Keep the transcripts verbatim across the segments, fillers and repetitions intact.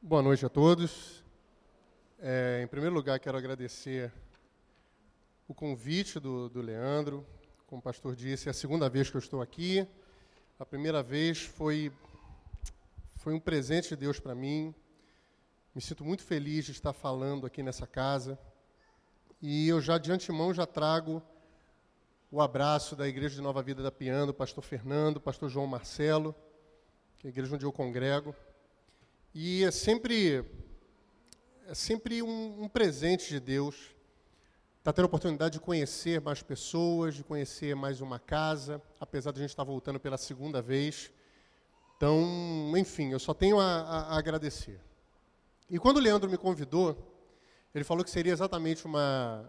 Boa noite a todos. É, em primeiro lugar, quero agradecer o convite do, do Leandro. Como o pastor disse, é a segunda vez que eu estou aqui. A primeira vez foi, foi um presente de Deus para mim. Me sinto muito feliz de estar falando aqui nessa casa. E eu já, de antemão, já trago o abraço da Igreja de Nova Vida da Piano, do pastor Fernando, pastor João Marcelo, que é a igreja onde eu congrego. E é sempre, é sempre um, um presente de Deus estar tendo a oportunidade de conhecer mais pessoas, de conhecer mais uma casa, apesar de a gente estar voltando pela segunda vez. Então, enfim, eu só tenho a, a, a agradecer. E quando o Leandro me convidou, ele falou que seria exatamente uma,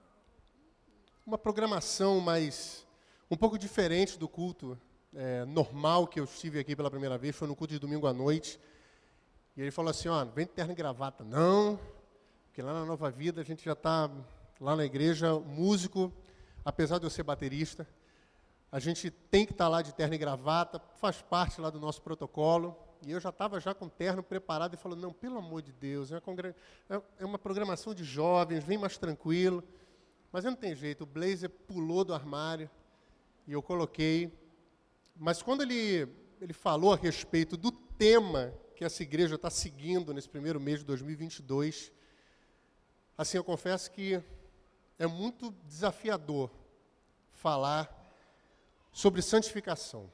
uma programação mais, um pouco diferente do culto é, normal que eu estive aqui pela primeira vez, foi no culto de domingo à noite. E ele falou assim, ó, vem de terno e gravata. Não, porque lá na Nova Vida a gente já está, lá na igreja, músico, apesar de eu ser baterista, a gente tem que estar tá lá de terno e gravata, faz parte lá do nosso protocolo. E eu já estava já com o terno preparado e falou, não, pelo amor de Deus, é uma, congre... é uma programação de jovens, vem mais tranquilo. Mas não tem jeito, o blazer pulou do armário e eu coloquei. Mas quando ele, ele falou a respeito do tema que essa igreja está seguindo nesse primeiro mês de dois mil e vinte e dois, assim, eu confesso que é muito desafiador falar sobre santificação.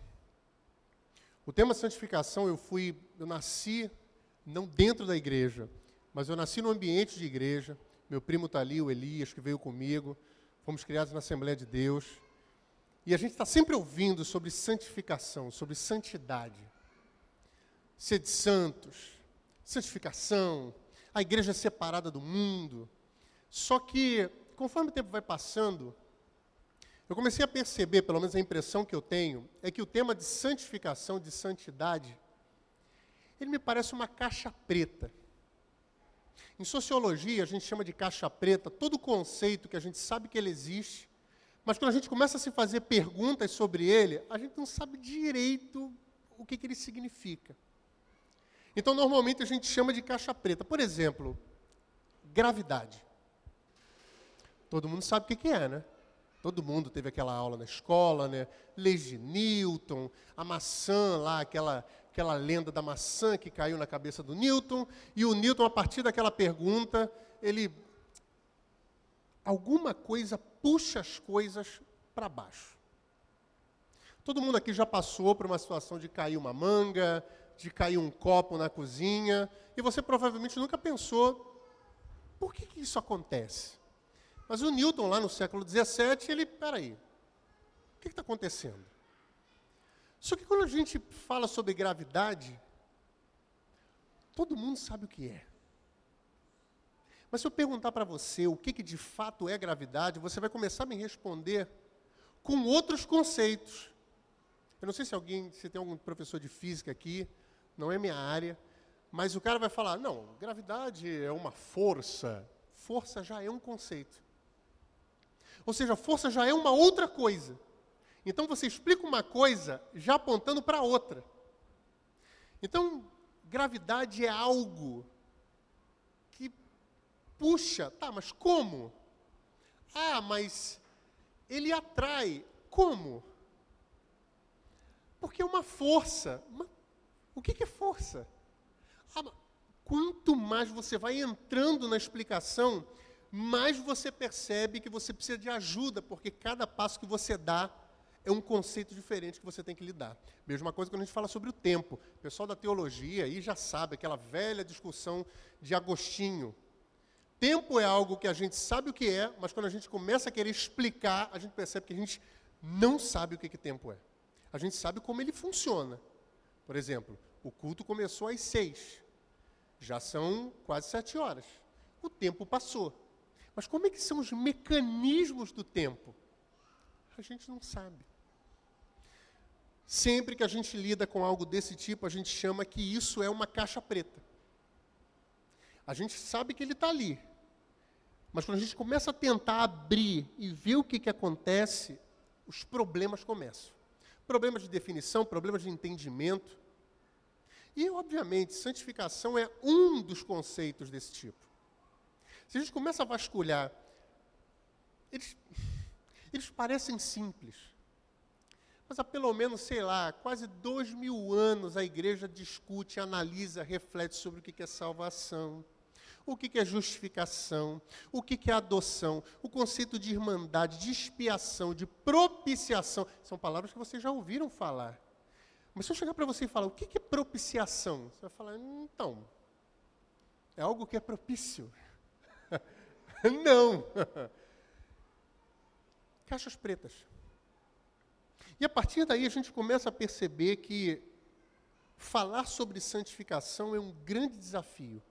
O tema santificação, eu fui, eu nasci não dentro da igreja, mas eu nasci no ambiente de igreja. Meu primo está ali, o Elias, que veio comigo, fomos criados na Assembleia de Deus, e a gente está sempre ouvindo sobre santificação, sobre santidade. Ser de santos, santificação, a igreja separada do mundo. Só que, conforme o tempo vai passando, eu comecei a perceber, pelo menos a impressão que eu tenho, é que o tema de santificação, de santidade, ele me parece uma caixa preta. Em sociologia, a gente chama de caixa preta todo conceito que a gente sabe que ele existe, mas quando a gente começa a se fazer perguntas sobre ele, a gente não sabe direito o que, que ele significa. Então, normalmente, a gente chama de caixa preta. Por exemplo, gravidade. Todo mundo sabe o que, que é, né? Todo mundo teve aquela aula na escola, né? Leis de Newton, a maçã lá, aquela, aquela lenda da maçã que caiu na cabeça do Newton. E o Newton, a partir daquela pergunta, ele... alguma coisa puxa as coisas para baixo. Todo mundo aqui já passou por uma situação de cair uma manga, de cair um copo na cozinha, e você provavelmente nunca pensou, por que, que isso acontece? Mas o Newton, lá no século dezessete, ele, peraí, o que está acontecendo? Só que quando a gente fala sobre gravidade, todo mundo sabe o que é. Mas se eu perguntar para você o que, que de fato é gravidade, você vai começar a me responder com outros conceitos. Eu não sei se alguém, se tem algum professor de física aqui, não é minha área, mas o cara vai falar, não, gravidade é uma força. Força já é um conceito. Ou seja, força já é uma outra coisa. Então, você explica uma coisa já apontando para outra. Então, gravidade é algo que puxa. Tá, mas como? Ah, mas ele atrai. Como? Porque é uma força. Uma O que é força? Ah, quanto mais você vai entrando na explicação, mais você percebe que você precisa de ajuda, porque cada passo que você dá é um conceito diferente que você tem que lidar. Mesma coisa quando a gente fala sobre o tempo. O pessoal da teologia aí já sabe, aquela velha discussão de Agostinho. Tempo é algo que a gente sabe o que é, mas quando a gente começa a querer explicar, a gente percebe que a gente não sabe o que, que tempo é. A gente sabe como ele funciona. Por exemplo, o culto começou às seis. Já são quase sete horas. O tempo passou. Mas como é que são os mecanismos do tempo? A gente não sabe. Sempre que a gente lida com algo desse tipo, a gente chama que isso é uma caixa preta. A gente sabe que ele está ali. Mas quando a gente começa a tentar abrir e ver o que, que acontece, os problemas começam. Problemas de definição, problemas de entendimento. E, obviamente, santificação é um dos conceitos desse tipo. Se a gente começa a vasculhar, eles, eles parecem simples. Mas há pelo menos, sei lá, quase dois mil anos a igreja discute, analisa, reflete sobre o que é salvação, o que é justificação, o que é adoção, o conceito de irmandade, de expiação, de propiciação. São palavras que vocês já ouviram falar. Mas se eu chegar para você e falar, o que é propiciação? Você vai falar, então, é algo que é propício. Não. Caixas pretas. E a partir daí a gente começa a perceber que falar sobre santificação é um grande desafio.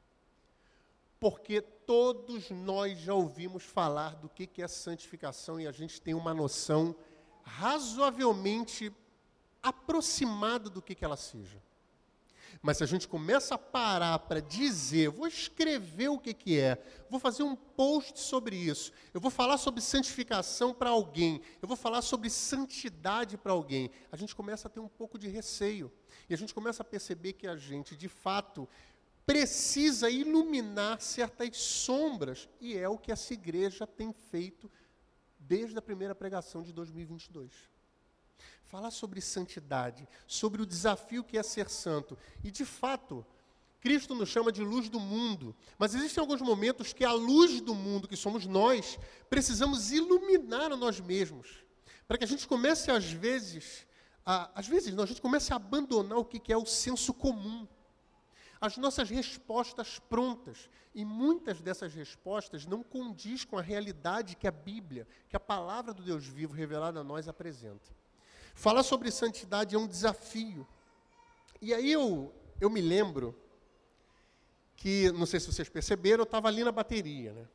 Porque todos nós já ouvimos falar do que é santificação e a gente tem uma noção razoavelmente aproximada do que ela seja. Mas se a gente começa a parar para dizer, vou escrever o que, que é, vou fazer um post sobre isso, eu vou falar sobre santificação para alguém, eu vou falar sobre santidade para alguém, a gente começa a ter um pouco de receio. E a gente começa a perceber que a gente, de fato, precisa iluminar certas sombras, e é o que essa igreja tem feito desde a primeira pregação de dois mil e vinte e dois. Falar sobre santidade, sobre o desafio que é ser santo. E, de fato, Cristo nos chama de luz do mundo. Mas existem alguns momentos que a luz do mundo, que somos nós, precisamos iluminar a nós mesmos. Para que a gente comece, às vezes, a, às vezes não, a gente comece a abandonar o que, que é o senso comum. As nossas respostas prontas. E muitas dessas respostas não condiz com a realidade que a Bíblia, que a palavra do Deus vivo revelada a nós apresenta. Falar sobre santidade é um desafio. E aí eu, eu me lembro que, não sei se vocês perceberam, eu estava ali na bateria, né?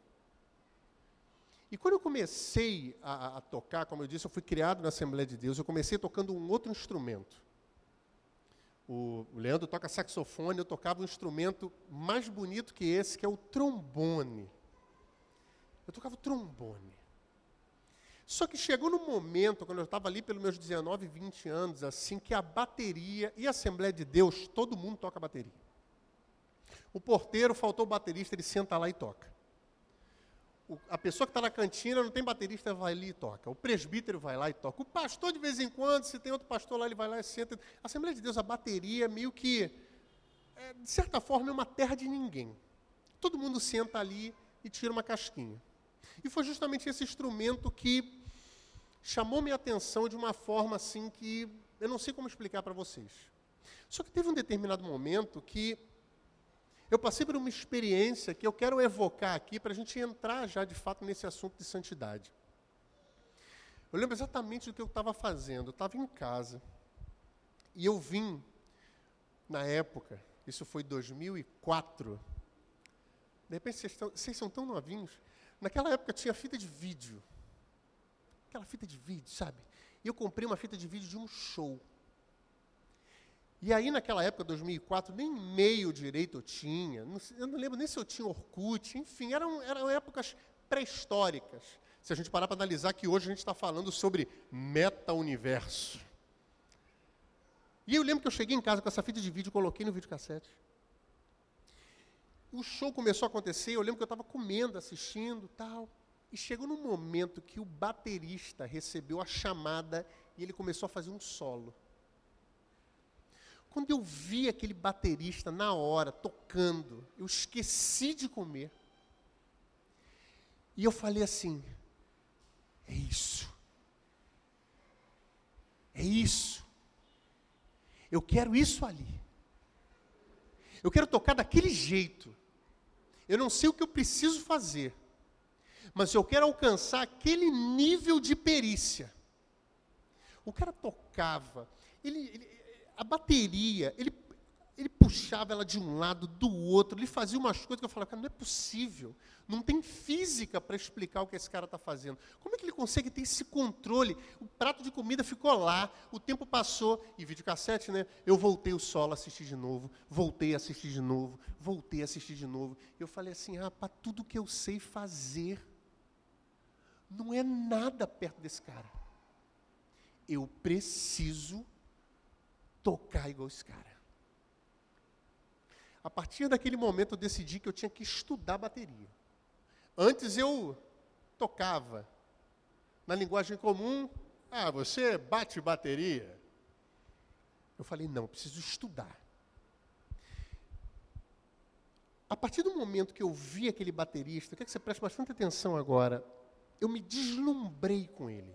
E quando eu comecei a, a tocar, como eu disse, eu fui criado na Assembleia de Deus, eu comecei tocando um outro instrumento. O, o Leandro toca saxofone, eu tocava um instrumento mais bonito que esse, que é o trombone. Eu tocava o trombone. Só que chegou no momento, quando eu estava ali pelos meus dezenove, vinte anos, assim, que a bateria e a Assembleia de Deus, todo mundo toca bateria. O porteiro, faltou o baterista, ele senta lá e toca. O, a pessoa que está na cantina, não tem baterista, vai ali e toca. O presbítero vai lá e toca. O pastor, de vez em quando, se tem outro pastor lá, ele vai lá e senta. A Assembleia de Deus, a bateria, é meio que, é, de certa forma, é uma terra de ninguém. Todo mundo senta ali e tira uma casquinha. E foi justamente esse instrumento que chamou minha atenção de uma forma assim que eu não sei como explicar para vocês. Só que teve um determinado momento que eu passei por uma experiência que eu quero evocar aqui para a gente entrar já de fato nesse assunto de santidade. Eu lembro exatamente do que eu estava fazendo. Eu estava em casa e eu vim, na época, isso foi dois mil e quatro, de repente vocês, estão, vocês são tão novinhos. Naquela época tinha fita de vídeo. Aquela fita de vídeo, sabe? E eu comprei uma fita de vídeo de um show. E aí, naquela época, dois mil e quatro, nem e-mail direito eu tinha. Não, eu não lembro nem se eu tinha Orkut. Enfim, eram, eram épocas pré-históricas. Se a gente parar para analisar que hoje a gente está falando sobre meta-universo. E eu lembro que eu cheguei em casa com essa fita de vídeo, coloquei no videocassete. O show começou a acontecer, eu lembro que eu estava comendo, assistindo, tal. E chegou num momento que o baterista recebeu a chamada e ele começou a fazer um solo. Quando eu vi aquele baterista na hora, tocando, eu esqueci de comer. E eu falei assim, é isso. É isso. Eu quero isso ali. Eu quero tocar daquele jeito. Eu não sei o que eu preciso fazer, mas eu quero alcançar aquele nível de perícia. O cara tocava, ele, ele, a bateria, ele, ele puxava ela de um lado, do outro, ele fazia umas coisas que eu falava, cara, não é possível. Não tem física para explicar o que esse cara está fazendo. Como é que ele consegue ter esse controle? O prato de comida ficou lá, o tempo passou, e videocassete, né? Eu voltei o solo, assisti de novo, voltei a assistir de novo, voltei a assistir de novo. Eu falei assim, rapaz, tudo que eu sei fazer não é nada perto desse cara. Eu preciso tocar igual esse cara. A partir daquele momento eu decidi que eu tinha que estudar bateria. Antes eu tocava. Na linguagem comum, ah, você bate bateria? Eu falei, não, eu preciso estudar. A partir do momento que eu vi aquele baterista, eu quero que você preste bastante atenção agora, eu me deslumbrei com ele.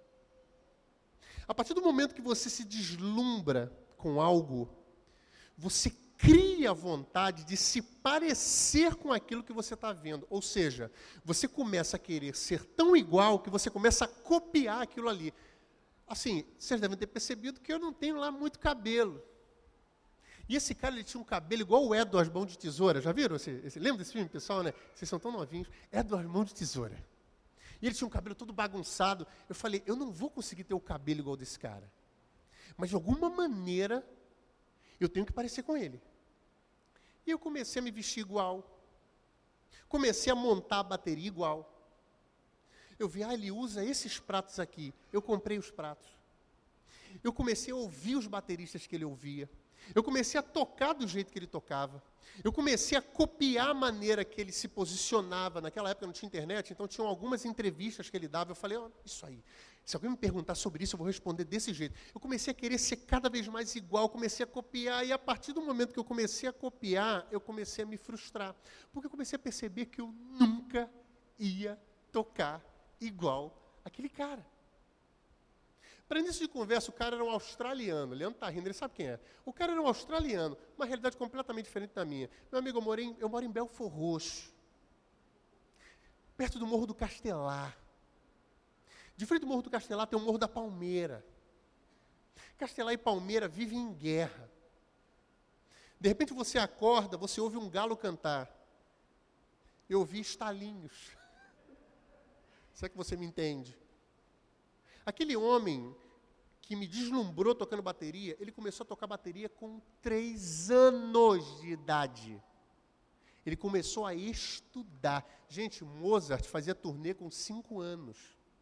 A partir do momento que você se deslumbra com algo, você cria a vontade de se parecer com aquilo que você está vendo. Ou seja, você começa a querer ser tão igual que você começa a copiar aquilo ali. Assim, vocês devem ter percebido que eu não tenho lá muito cabelo. E esse cara, ele tinha um cabelo igual o Edward Mão de Tesoura. Já viram? Esse, esse, lembra desse filme, pessoal, né? Vocês são tão novinhos. Edward Mão de Tesoura. E ele tinha um cabelo todo bagunçado. Eu falei, eu não vou conseguir ter o cabelo igual desse cara. Mas, de alguma maneira, eu tenho que parecer com ele. E eu comecei a me vestir igual. Comecei a montar a bateria igual. Eu vi, ah, ele usa esses pratos aqui. Eu comprei os pratos. Eu comecei a ouvir os bateristas que ele ouvia. Eu comecei a tocar do jeito que ele tocava. Eu comecei a copiar a maneira que ele se posicionava. Naquela época não tinha internet, então tinham algumas entrevistas que ele dava. Eu falei, oh, isso aí. Se alguém me perguntar sobre isso, eu vou responder desse jeito. Eu comecei a querer ser cada vez mais igual, comecei a copiar. E a partir do momento que eu comecei a copiar, eu comecei a me frustrar. Porque eu comecei a perceber que eu nunca ia tocar igual aquele cara. Para início de conversa, o cara era um australiano. O Leandro está rindo, ele sabe quem é. O cara era um australiano, uma realidade completamente diferente da minha. Meu amigo, eu moro em, eu moro em Belfort Roxo, perto do Morro do Castelar. De frente do Morro do Castelar tem o Morro da Palmeira. Castelar e Palmeira vivem em guerra. De repente você acorda, você ouve um galo cantar. Eu ouvi estalinhos. Será que você me entende? Aquele homem que me deslumbrou tocando bateria, ele começou a tocar bateria com três anos de idade. Ele começou a estudar. Gente, Mozart fazia turnê com cinco anos.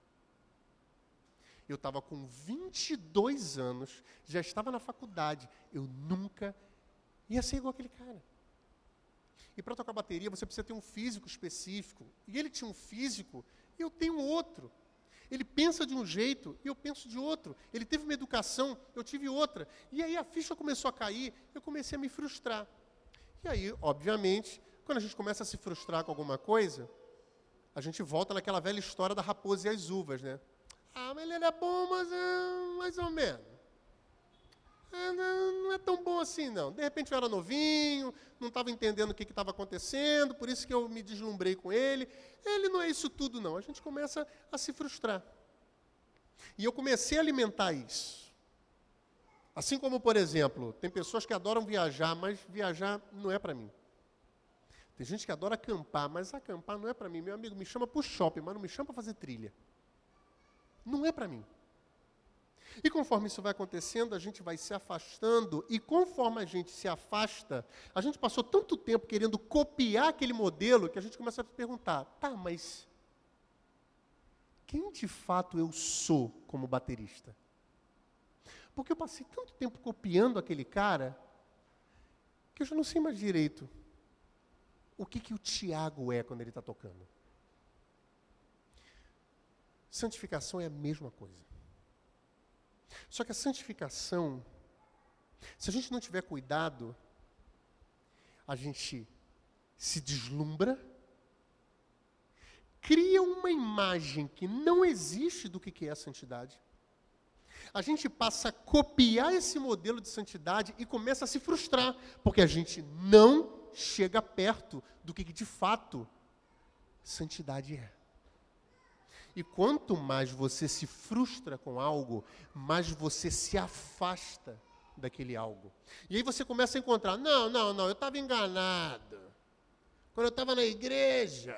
Eu estava com vinte e dois anos, já estava na faculdade. Eu nunca ia ser igual aquele cara. E para tocar bateria, você precisa ter um físico específico. E ele tinha um físico, e eu tenho outro. Ele pensa de um jeito e eu penso de outro. Ele teve uma educação, eu tive outra. E aí a ficha começou a cair, eu comecei a me frustrar. E aí, obviamente, quando a gente começa a se frustrar com alguma coisa, a gente volta naquela velha história da raposa e as uvas, né? Ah, mas ele é bom, mas é mais ou menos. É, não é tão bom assim, não. De repente eu era novinho, não estava entendendo o que estava acontecendo, por isso que eu me deslumbrei com ele. Ele não é isso tudo, não. A gente começa a se frustrar. E eu comecei a alimentar isso. Assim como, por exemplo, tem pessoas que adoram viajar, mas viajar não é para mim. Tem gente que adora acampar, mas acampar não é para mim. Meu amigo, me chama para o shopping, mas não me chama para fazer trilha. Não é para mim. E conforme isso vai acontecendo, a gente vai se afastando, e conforme a gente se afasta, a gente passou tanto tempo querendo copiar aquele modelo, que a gente começa a se perguntar, tá, mas quem de fato eu sou como baterista? Porque eu passei tanto tempo copiando aquele cara, que eu já não sei mais direito o que, que o Tiago é quando ele está tocando. Santificação é a mesma coisa. Só que a santificação, se a gente não tiver cuidado, a gente se deslumbra, cria uma imagem que não existe do que é a santidade. A gente passa a copiar esse modelo de santidade e começa a se frustrar, porque a gente não chega perto do que de fato santidade é. E quanto mais você se frustra com algo, mais você se afasta daquele algo. E aí você começa a encontrar, não, não, não, eu estava enganado. Quando eu estava na igreja,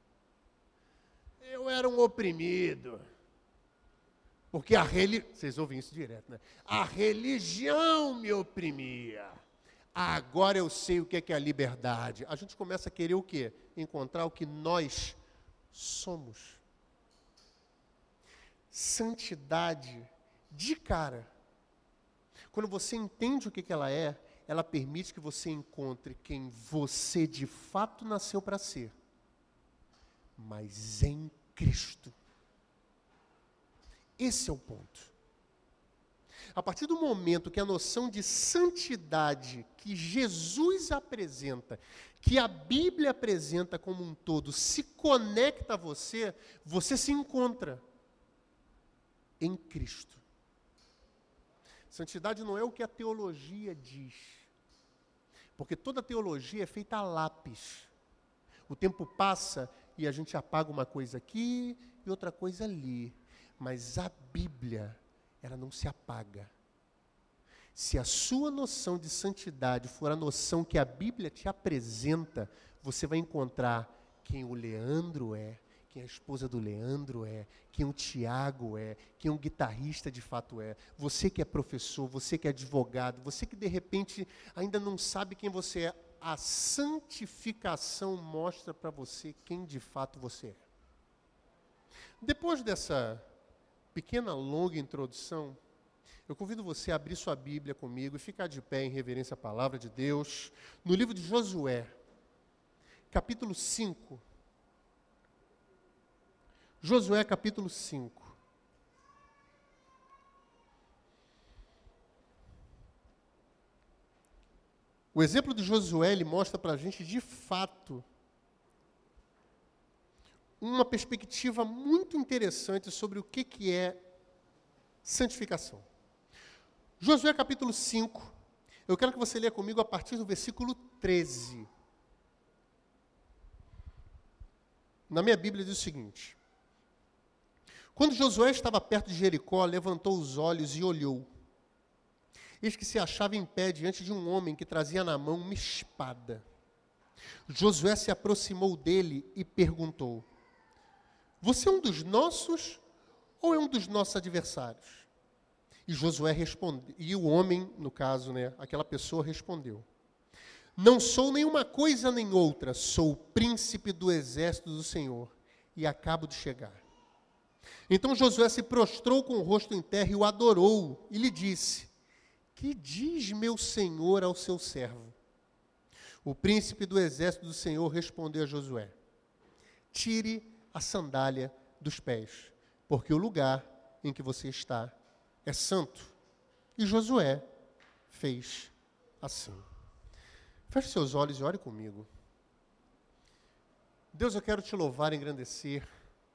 eu era um oprimido. Porque a religião, vocês ouvem isso direto, né? A religião me oprimia. Agora eu sei o que é a liberdade. A gente começa a querer o quê? Encontrar o que nós somos. Santidade, de cara, quando você entende o que, que ela é, ela permite que você encontre quem você de fato nasceu para ser, mas em Cristo. Esse é o ponto. A partir do momento que a noção de santidade que Jesus apresenta, que a Bíblia apresenta como um todo, se conecta a você, você se encontra em Cristo. Santidade não é o que a teologia diz, porque toda teologia é feita a lápis. O tempo passa e a gente apaga uma coisa aqui e outra coisa ali, mas a Bíblia, ela não se apaga. Se a sua noção de santidade for a noção que a Bíblia te apresenta, você vai encontrar quem o Leandro é, quem a esposa do Leandro é, quem o Tiago é, quem um guitarrista de fato é. Você que é professor, você que é advogado, você que de repente ainda não sabe quem você é, a santificação mostra para você quem de fato você é. Depois dessa pequena, longa introdução, eu convido você a abrir sua Bíblia comigo e ficar de pé em reverência à palavra de Deus, no livro de Josué, capítulo cinco. Josué, capítulo cinco. O exemplo de Josué, ele mostra para a gente, de fato, uma perspectiva muito interessante sobre o que, que é santificação. Josué capítulo cinco, eu quero que você leia comigo a partir do versículo treze. Na minha Bíblia diz o seguinte: quando Josué estava perto de Jericó, levantou os olhos e olhou. Eis que se achava em pé diante de um homem que trazia na mão uma espada. Josué se aproximou dele e perguntou: você é um dos nossos ou é um dos nossos adversários? E Josué respondeu, e o homem, no caso, né, aquela pessoa respondeu: não sou nenhuma coisa nem outra, sou o príncipe do exército do Senhor e acabo de chegar. Então Josué se prostrou com o rosto em terra e o adorou e lhe disse: que diz meu senhor ao seu servo? O príncipe do exército do Senhor respondeu a Josué: tire a sandália dos pés, porque o lugar em que você está é santo. E Josué fez assim. Feche seus olhos e ore comigo. Deus, eu quero te louvar e engrandecer,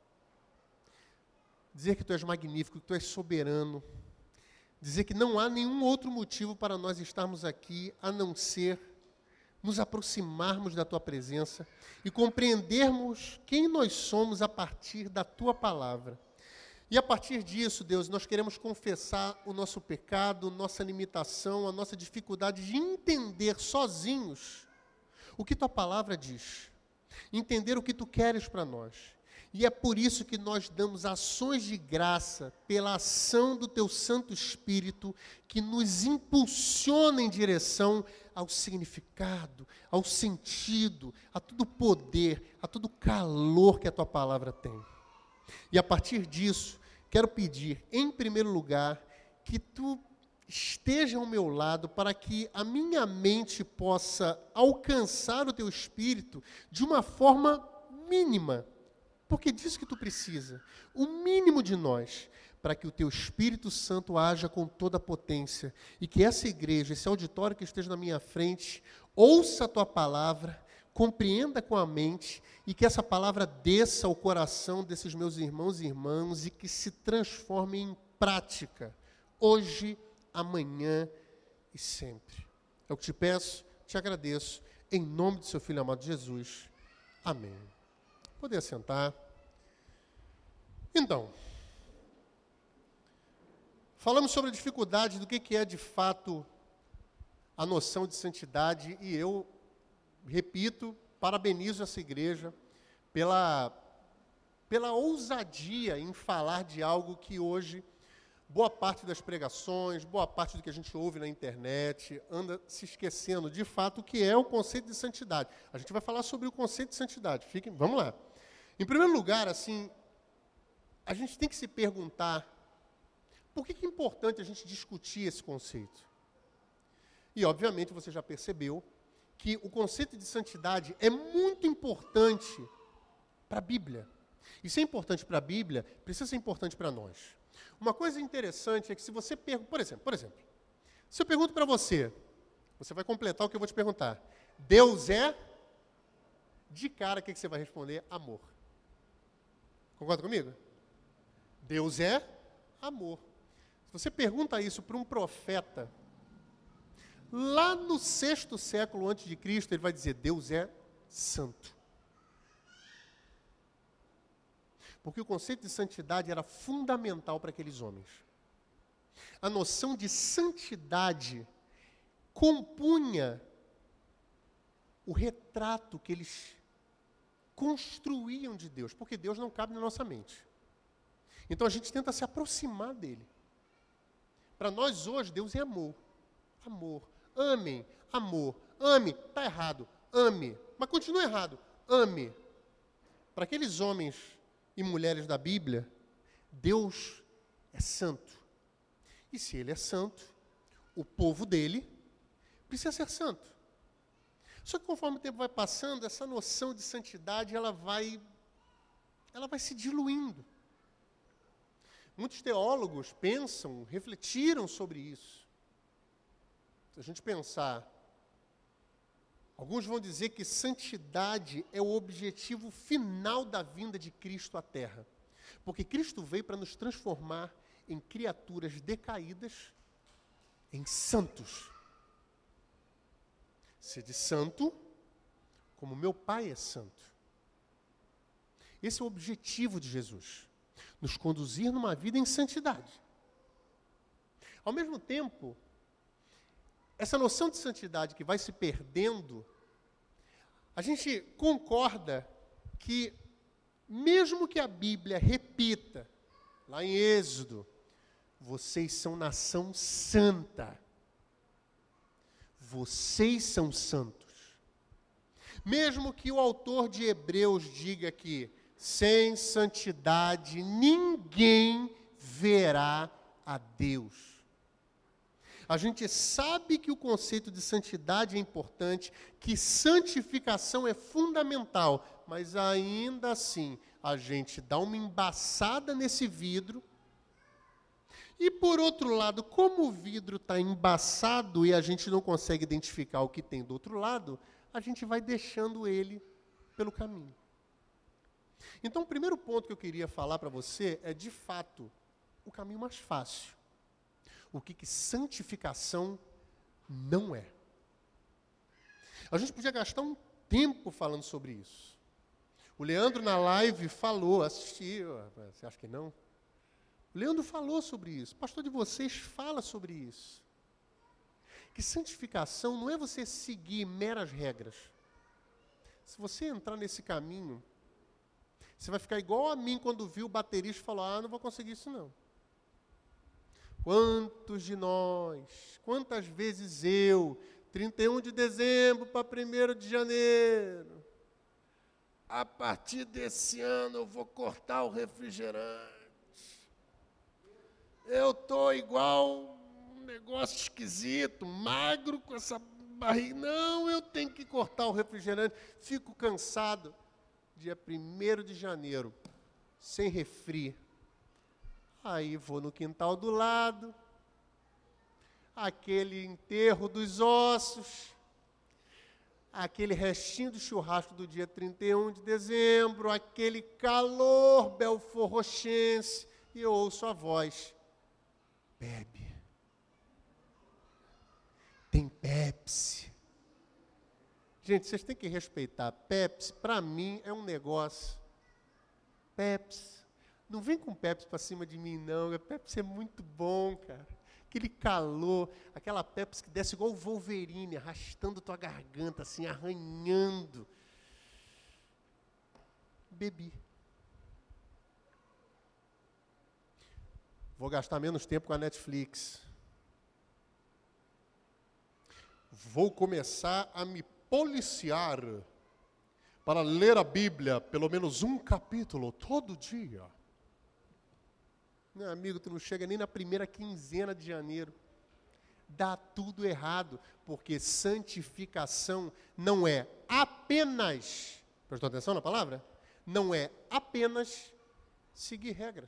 dizer que Tu és magnífico, que Tu és soberano, dizer que não há nenhum outro motivo para nós estarmos aqui a não ser nos aproximarmos da Tua presença e compreendermos quem nós somos a partir da Tua palavra. E a partir disso, Deus, nós queremos confessar o nosso pecado, nossa limitação, a nossa dificuldade de entender sozinhos o que Tua palavra diz, entender o que Tu queres para nós. E é por isso que nós damos ações de graça pela ação do Teu Santo Espírito, que nos impulsiona em direção ao significado, ao sentido, a todo poder, a todo calor que a Tua palavra tem. E a partir disso, quero pedir, em primeiro lugar, que Tu esteja ao meu lado para que a minha mente possa alcançar o Teu Espírito de uma forma mínima, porque disso que Tu precisa, o mínimo de nós, para que o Teu Espírito Santo haja com toda a potência e que essa igreja, esse auditório que esteja na minha frente, ouça a Tua palavra, compreenda com a mente e que essa palavra desça ao coração desses meus irmãos e irmãs e que se transforme em prática, hoje, amanhã e sempre. É o que te peço, te agradeço, em nome do Seu Filho amado Jesus. Amém. Poder sentar. Então, falamos sobre a dificuldade do que, que é de fato a noção de santidade e eu, repito, parabenizo essa igreja pela, pela ousadia em falar de algo que hoje boa parte das pregações, boa parte do que a gente ouve na internet, anda se esquecendo de fato o que é o conceito de santidade. A gente vai falar sobre o conceito de santidade. Fiquem, vamos lá. Em primeiro lugar, assim, a gente tem que se perguntar por que, que é importante a gente discutir esse conceito. E, obviamente, você já percebeu que o conceito de santidade é muito importante para a Bíblia. E se é importante para a Bíblia, precisa ser importante para nós. Uma coisa interessante é que se você pergunta, por exemplo, por exemplo, se eu pergunto para você, você vai completar o que eu vou te perguntar. Deus é? De cara, o que você vai responder? Amor. Concorda comigo? Deus é amor. Se você pergunta isso para um profeta, lá no sexto século antes de Cristo, ele vai dizer, Deus é santo. Porque o conceito de santidade era fundamental para aqueles homens. A noção de santidade compunha o retrato que eles construíam de Deus, porque Deus não cabe na nossa mente. Então a gente tenta se aproximar dele. Para nós hoje, Deus é amor. Amor. Amem. Amor. Ame. Está errado. Ame. Mas continua errado. Ame. Para aqueles homens e mulheres da Bíblia, Deus é santo. E se ele é santo, o povo dele precisa ser santo. Só que conforme o tempo vai passando, essa noção de santidade, ela vai, ela vai se diluindo. Muitos teólogos pensam, refletiram sobre isso. Se a gente pensar, alguns vão dizer que santidade é o objetivo final da vinda de Cristo à Terra. Porque Cristo veio para nos transformar em criaturas decaídas, em santos. Sede santo, como meu Pai é santo. Esse é o objetivo de Jesus. Nos conduzir numa vida em santidade. Ao mesmo tempo, essa noção de santidade que vai se perdendo, a gente concorda que, mesmo que a Bíblia repita, lá em Êxodo, vocês são nação santa. Vocês são santos. Mesmo que o autor de Hebreus diga que sem santidade ninguém verá a Deus. A gente sabe que o conceito de santidade é importante, que santificação é fundamental, mas ainda assim a gente dá uma embaçada nesse vidro. E por outro lado, como o vidro está embaçado e a gente não consegue identificar o que tem do outro lado, a gente vai deixando ele pelo caminho. Então, o primeiro ponto que eu queria falar para você é, de fato, o caminho mais fácil. O que, que santificação não é. A gente podia gastar um tempo falando sobre isso. O Leandro, na live, falou, assistiu, você acha que não? O Leandro falou sobre isso. O pastor de vocês fala sobre isso. Que santificação não é você seguir meras regras. Se você entrar nesse caminho, você vai ficar igual a mim quando viu o baterista e falou, ah, não vou conseguir isso não. Quantos de nós, quantas vezes eu, trinta e um de dezembro para primeiro de janeiro, a partir desse ano eu vou cortar o refrigerante. Eu estou igual um negócio esquisito, magro com essa barriga. Não, eu tenho que cortar o refrigerante. Fico cansado. Dia primeiro de janeiro, sem refri. Aí vou no quintal do lado, aquele enterro dos ossos, aquele restinho do churrasco do dia trinta e um de dezembro, aquele calor belforrochense, e eu ouço a voz. Bebe. Tem Pepsi. Gente, vocês têm que respeitar. Pepsi, para mim, é um negócio. Pepsi. Não vem com Pepsi para cima de mim, não. Pepsi é muito bom, cara. Aquele calor, aquela Pepsi que desce igual o Wolverine, arrastando tua garganta, assim, arranhando. Bebi. Vou gastar menos tempo com a Netflix. Vou começar a me policiar para ler a Bíblia, pelo menos um capítulo, todo dia. Meu amigo, tu não chega nem na primeira quinzena de janeiro. dá tudo errado, porque santificação não é apenas, prestou atenção na palavra? Não é apenas seguir regras.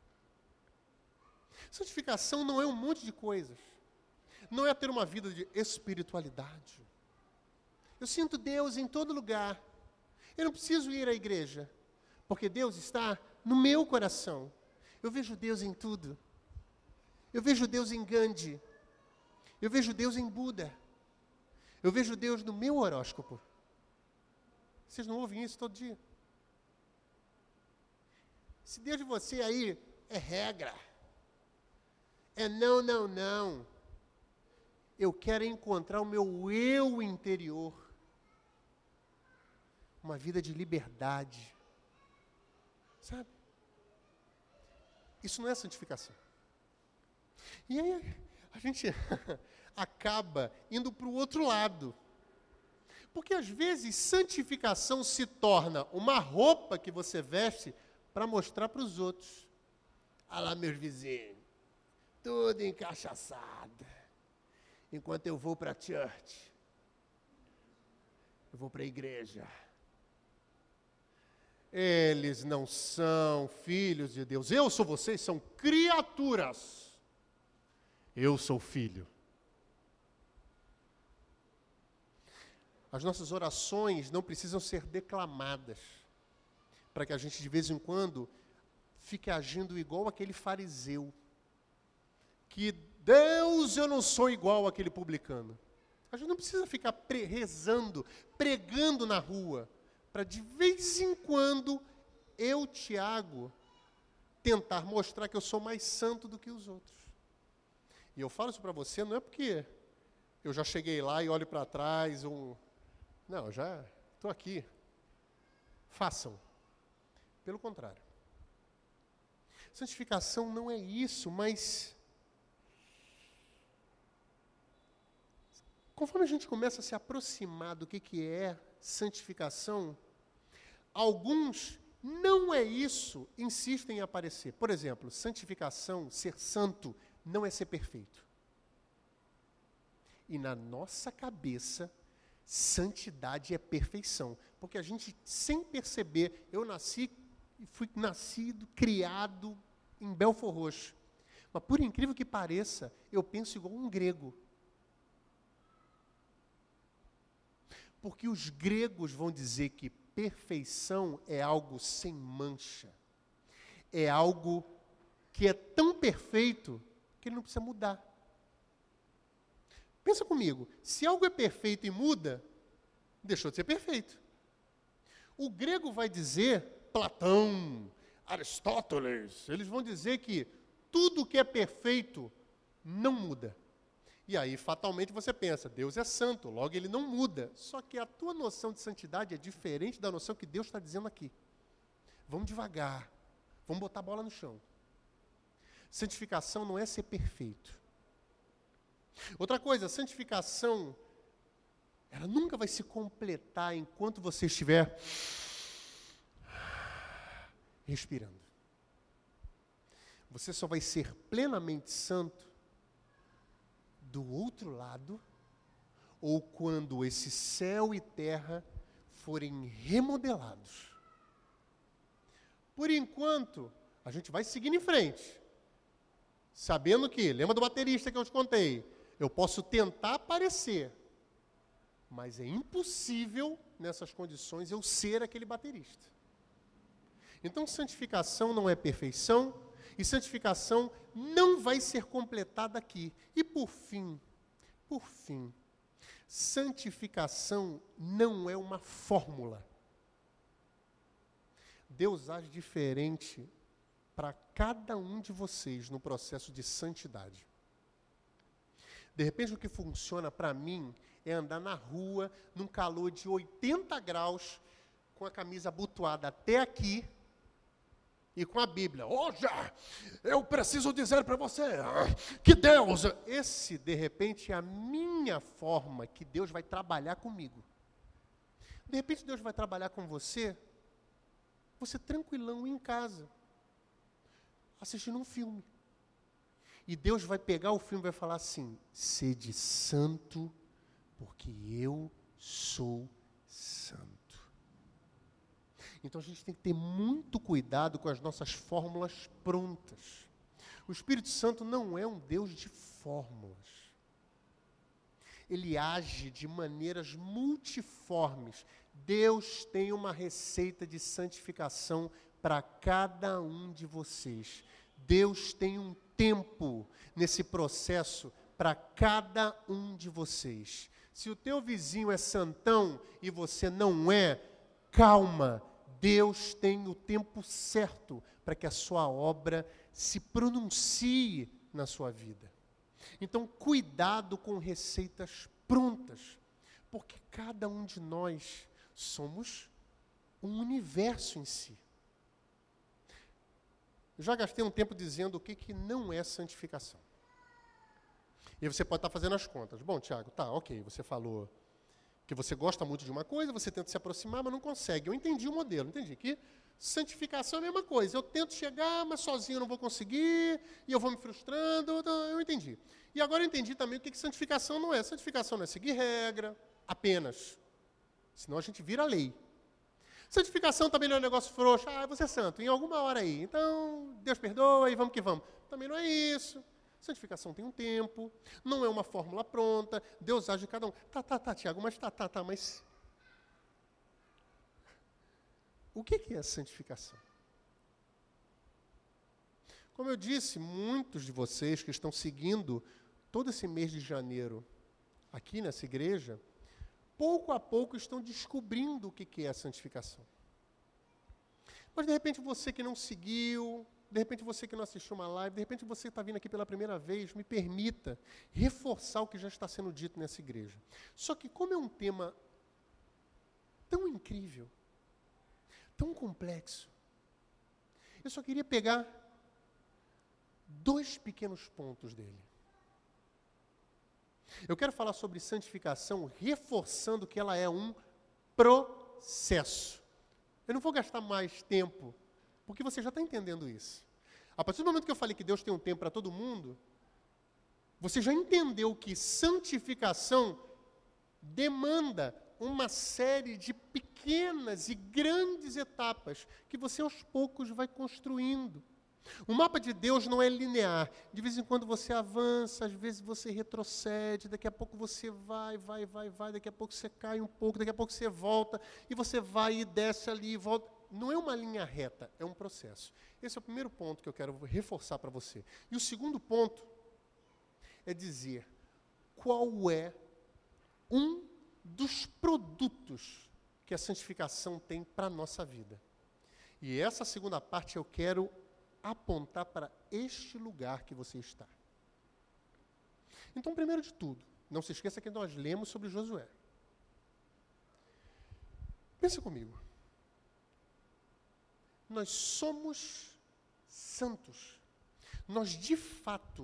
Santificação não é um monte de coisas. Não é ter uma vida de espiritualidade. Eu sinto Deus em todo lugar. Eu não preciso ir à igreja, porque Deus está no meu coração. Eu vejo Deus em tudo. Eu vejo Deus em Gandhi. Eu vejo Deus em Buda. Eu vejo Deus no meu horóscopo. Vocês não ouvem isso todo dia? Se Deus de você aí é regra, é não, não, não. Eu quero encontrar o meu eu interior. Uma vida de liberdade. Sabe? Isso não é santificação. E aí a gente acaba indo para o outro lado. Porque às vezes santificação se torna uma roupa que você veste para mostrar para os outros. Olha lá meus vizinhos, tudo encaixaçado. Enquanto eu vou para a church, eu vou para a igreja. Eles não são filhos de Deus. Eu sou vocês, são criaturas. Eu sou filho. As nossas orações não precisam ser declamadas, para que a gente de vez em quando fique agindo igual aquele fariseu, que Deus, eu não sou igual aquele publicano. A gente não precisa ficar pre- rezando, pregando na rua, para de vez em quando eu, Tiago, tentar mostrar que eu sou mais santo do que os outros. E eu falo isso para você, não é porque eu já cheguei lá e olho para trás, um... não, eu já estou aqui. Façam. Pelo contrário. Santificação não é isso, mas conforme a gente começa a se aproximar do que, que é santificação, alguns não é isso, insistem em aparecer. Por exemplo, santificação, ser santo, não é ser perfeito. E na nossa cabeça, santidade é perfeição. Porque a gente, sem perceber, eu nasci, fui nascido, criado em Belford Roxo. Mas por incrível que pareça, eu penso igual um grego. Porque os gregos vão dizer que perfeição é algo sem mancha. É algo que é tão perfeito que ele não precisa mudar. Pensa comigo, se algo é perfeito e muda, deixou de ser perfeito. O grego vai dizer, Platão, Aristóteles, eles vão dizer que tudo que é perfeito não muda. E aí, fatalmente, você pensa, Deus é santo, logo ele não muda. Só que a tua noção de santidade é diferente da noção que Deus está dizendo aqui. Vamos devagar, vamos botar a bola no chão. Santificação não é ser perfeito. Outra coisa, santificação, ela nunca vai se completar enquanto você estiver respirando. Você só vai ser plenamente santo do outro lado, ou quando esse céu e terra forem remodelados. Por enquanto, a gente vai seguindo em frente, sabendo que, lembra do baterista que eu te contei, eu posso tentar aparecer, mas é impossível, nessas condições, eu ser aquele baterista. Então, santificação não é perfeição, e santificação não vai ser completada aqui. E por fim, por fim, santificação não é uma fórmula. Deus age diferente para cada um de vocês no processo de santidade. De repente, o que funciona para mim é andar na rua, num calor de oitenta graus, com a camisa abotoada até aqui, e com a Bíblia. Hoje, eu preciso dizer para você que Deus... Esse, de repente, é a minha forma que Deus vai trabalhar comigo. De repente, Deus vai trabalhar com você, você tranquilão em casa, assistindo um filme. E Deus vai pegar o filme e vai falar assim: sede santo, porque eu sou santo. Então a gente tem que ter muito cuidado com as nossas fórmulas prontas. O Espírito Santo não é um Deus de fórmulas. Ele age de maneiras multiformes. Deus tem uma receita de santificação para cada um de vocês. Deus tem um tempo nesse processo para cada um de vocês. Se o teu vizinho é santão e você não é, calma. Deus tem o tempo certo para que a sua obra se pronuncie na sua vida. Então, cuidado com receitas prontas, porque cada um de nós somos um universo em si. Eu já gastei um tempo dizendo o que, que não é santificação. E você pode estar fazendo as contas. Bom, Tiago, tá, ok, você falou que você gosta muito de uma coisa, você tenta se aproximar, mas não consegue. Eu entendi o modelo, entendi que santificação é a mesma coisa. Eu tento chegar, mas sozinho eu não vou conseguir, e eu vou me frustrando, eu entendi. E agora eu entendi também o que, que santificação não é. Santificação não é seguir regra, apenas. Senão a gente vira lei. Santificação também não é um negócio frouxo. Ah, você é santo, em alguma hora aí. Então, Deus perdoa e vamos que vamos. Também não é isso. Santificação tem um tempo, não é uma fórmula pronta, Deus age em cada um. Tá, tá, tá, Tiago, mas tá, tá, tá, mas... O que, que é santificação? Como eu disse, muitos de vocês que estão seguindo todo esse mês de janeiro aqui nessa igreja, pouco a pouco estão descobrindo o que, que é a santificação. Mas, de repente, você que não seguiu... De repente, você que não assistiu uma live, de repente, você está vindo aqui pela primeira vez, me permita reforçar o que já está sendo dito nessa igreja. Só que como é um tema tão incrível, tão complexo, eu só queria pegar dois pequenos pontos dele. Eu quero falar sobre santificação, reforçando que ela é um processo. Eu não vou gastar mais tempo, porque você já está entendendo isso. A partir do momento que eu falei que Deus tem um tempo para todo mundo, você já entendeu que santificação demanda uma série de pequenas e grandes etapas que você aos poucos vai construindo. O mapa de Deus não é linear. De vez em quando você avança, às vezes você retrocede, daqui a pouco você vai, vai, vai, vai, daqui a pouco você cai um pouco, daqui a pouco você volta, e você vai e desce ali e volta. Não é uma linha reta, é um processo. Esse é o primeiro ponto que eu quero reforçar para você. E o segundo ponto é dizer qual é um dos produtos que a santificação tem para a nossa vida. E essa segunda parte eu quero apontar para este lugar que você está. Então, primeiro de tudo, não se esqueça que nós lemos sobre Josué. Pensa comigo. Nós somos santos. Nós, de fato,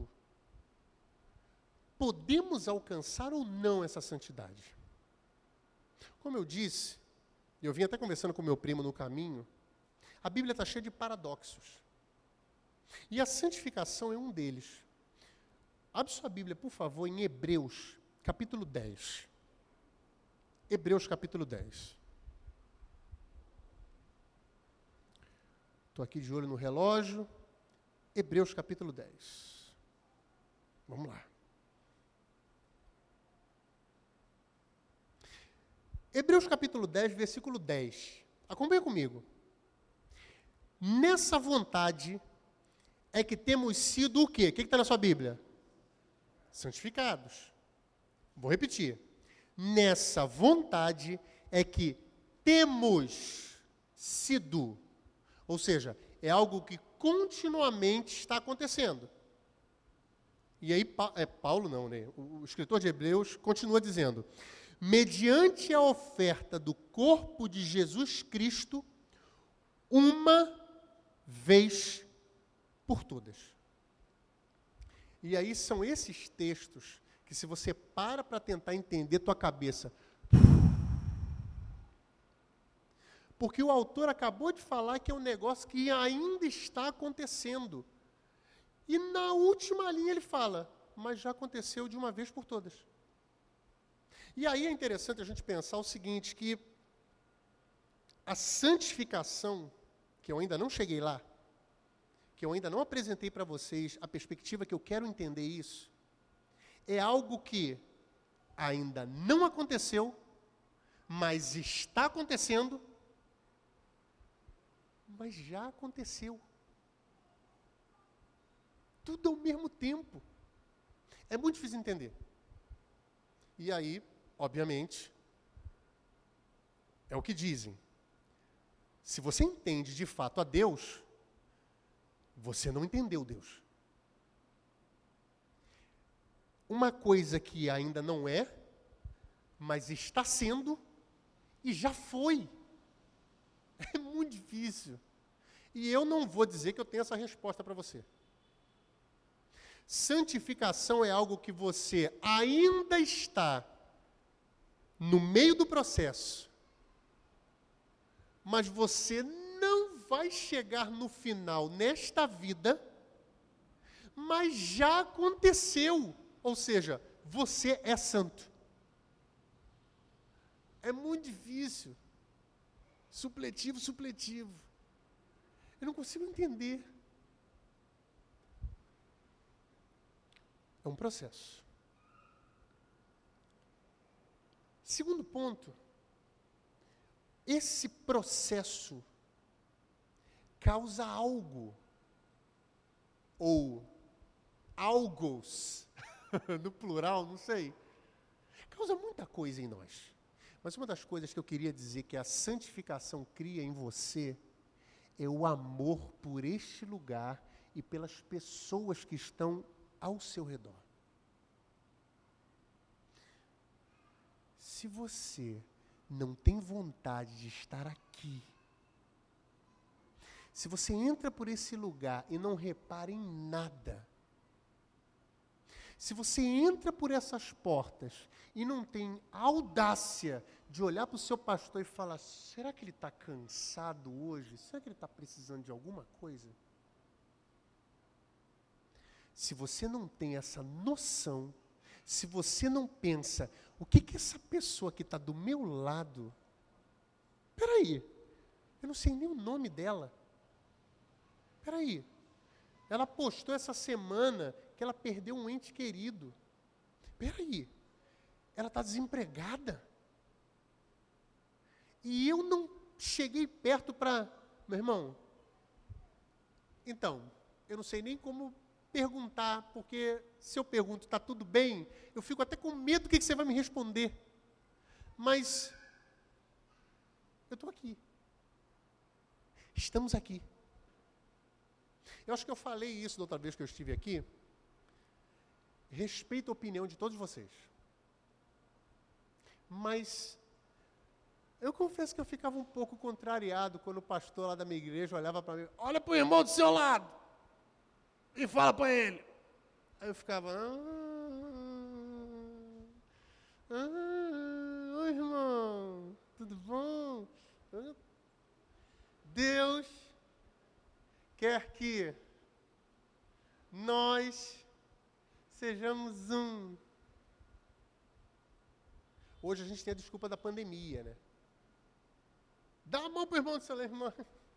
podemos alcançar ou não essa santidade. Como eu disse, eu vim até conversando com meu primo no caminho, a Bíblia está cheia de paradoxos. E a santificação é um deles. Abre sua Bíblia, por favor, em Hebreus, capítulo dez. Hebreus, capítulo dez. Estou aqui de olho no relógio. Hebreus, capítulo dez. Vamos lá. Hebreus, capítulo dez, versículo dez. Acompanha comigo. Nessa vontade é que temos sido o quê? O que está na sua Bíblia? Santificados. Vou repetir. Nessa vontade é que temos sido. Ou seja, é algo que continuamente está acontecendo. E aí, é Paulo não, né? O escritor de Hebreus continua dizendo: mediante a oferta do corpo de Jesus Cristo, uma vez por todas. E aí são esses textos que, se você para para tentar entender tua cabeça, porque o autor acabou de falar que é um negócio que ainda está acontecendo. E na última linha ele fala, mas já aconteceu de uma vez por todas. E aí é interessante a gente pensar o seguinte, que a santificação, que eu ainda não cheguei lá, que eu ainda não apresentei para vocês a perspectiva que eu quero entender isso, é algo que ainda não aconteceu, mas está acontecendo, mas já aconteceu. Tudo ao mesmo tempo. É muito difícil entender. E aí, obviamente, é o que dizem. Se você entende de fato a Deus, você não entendeu Deus. Uma coisa que ainda não é, mas está sendo e já foi. É muito difícil. E eu não vou dizer que eu tenho essa resposta para você. Santificação é algo que você ainda está no meio do processo, mas você não vai chegar no final nesta vida, mas já aconteceu. Ou seja, você é santo. É muito difícil. Supletivo, supletivo. Eu não consigo entender. É um processo. Segundo ponto, esse processo causa algo, ou algos, no plural, não sei. Causa muita coisa em nós. Mas uma das coisas que eu queria dizer que a santificação cria em você é o amor por este lugar e pelas pessoas que estão ao seu redor. Se você não tem vontade de estar aqui, se você entra por esse lugar e não repara em nada, se você entra por essas portas e não tem audácia de olhar para o seu pastor e falar, será que ele está cansado hoje? Será que ele está precisando de alguma coisa? Se você não tem essa noção, se você não pensa, o que que essa pessoa que está do meu lado, peraí, eu não sei nem o nome dela, peraí, ela postou essa semana que ela perdeu um ente querido, peraí, ela está desempregada, e eu não cheguei perto para, meu irmão, então, eu não sei nem como perguntar, porque se eu pergunto, está tudo bem, eu fico até com medo do que, que você vai me responder. Mas, eu estou aqui. Estamos aqui. Eu acho que eu falei isso da outra vez que eu estive aqui. Respeito a opinião de todos vocês. Mas, eu confesso que eu ficava um pouco contrariado quando o pastor lá da minha igreja olhava para mim, olha para o irmão do seu lado. E fala para ele. Aí eu ficava, ah, ah, oi irmão, tudo bom? Deus quer que nós sejamos um. Hoje a gente tem a desculpa da pandemia, né? Dá a mão para o irmão do seu irmão.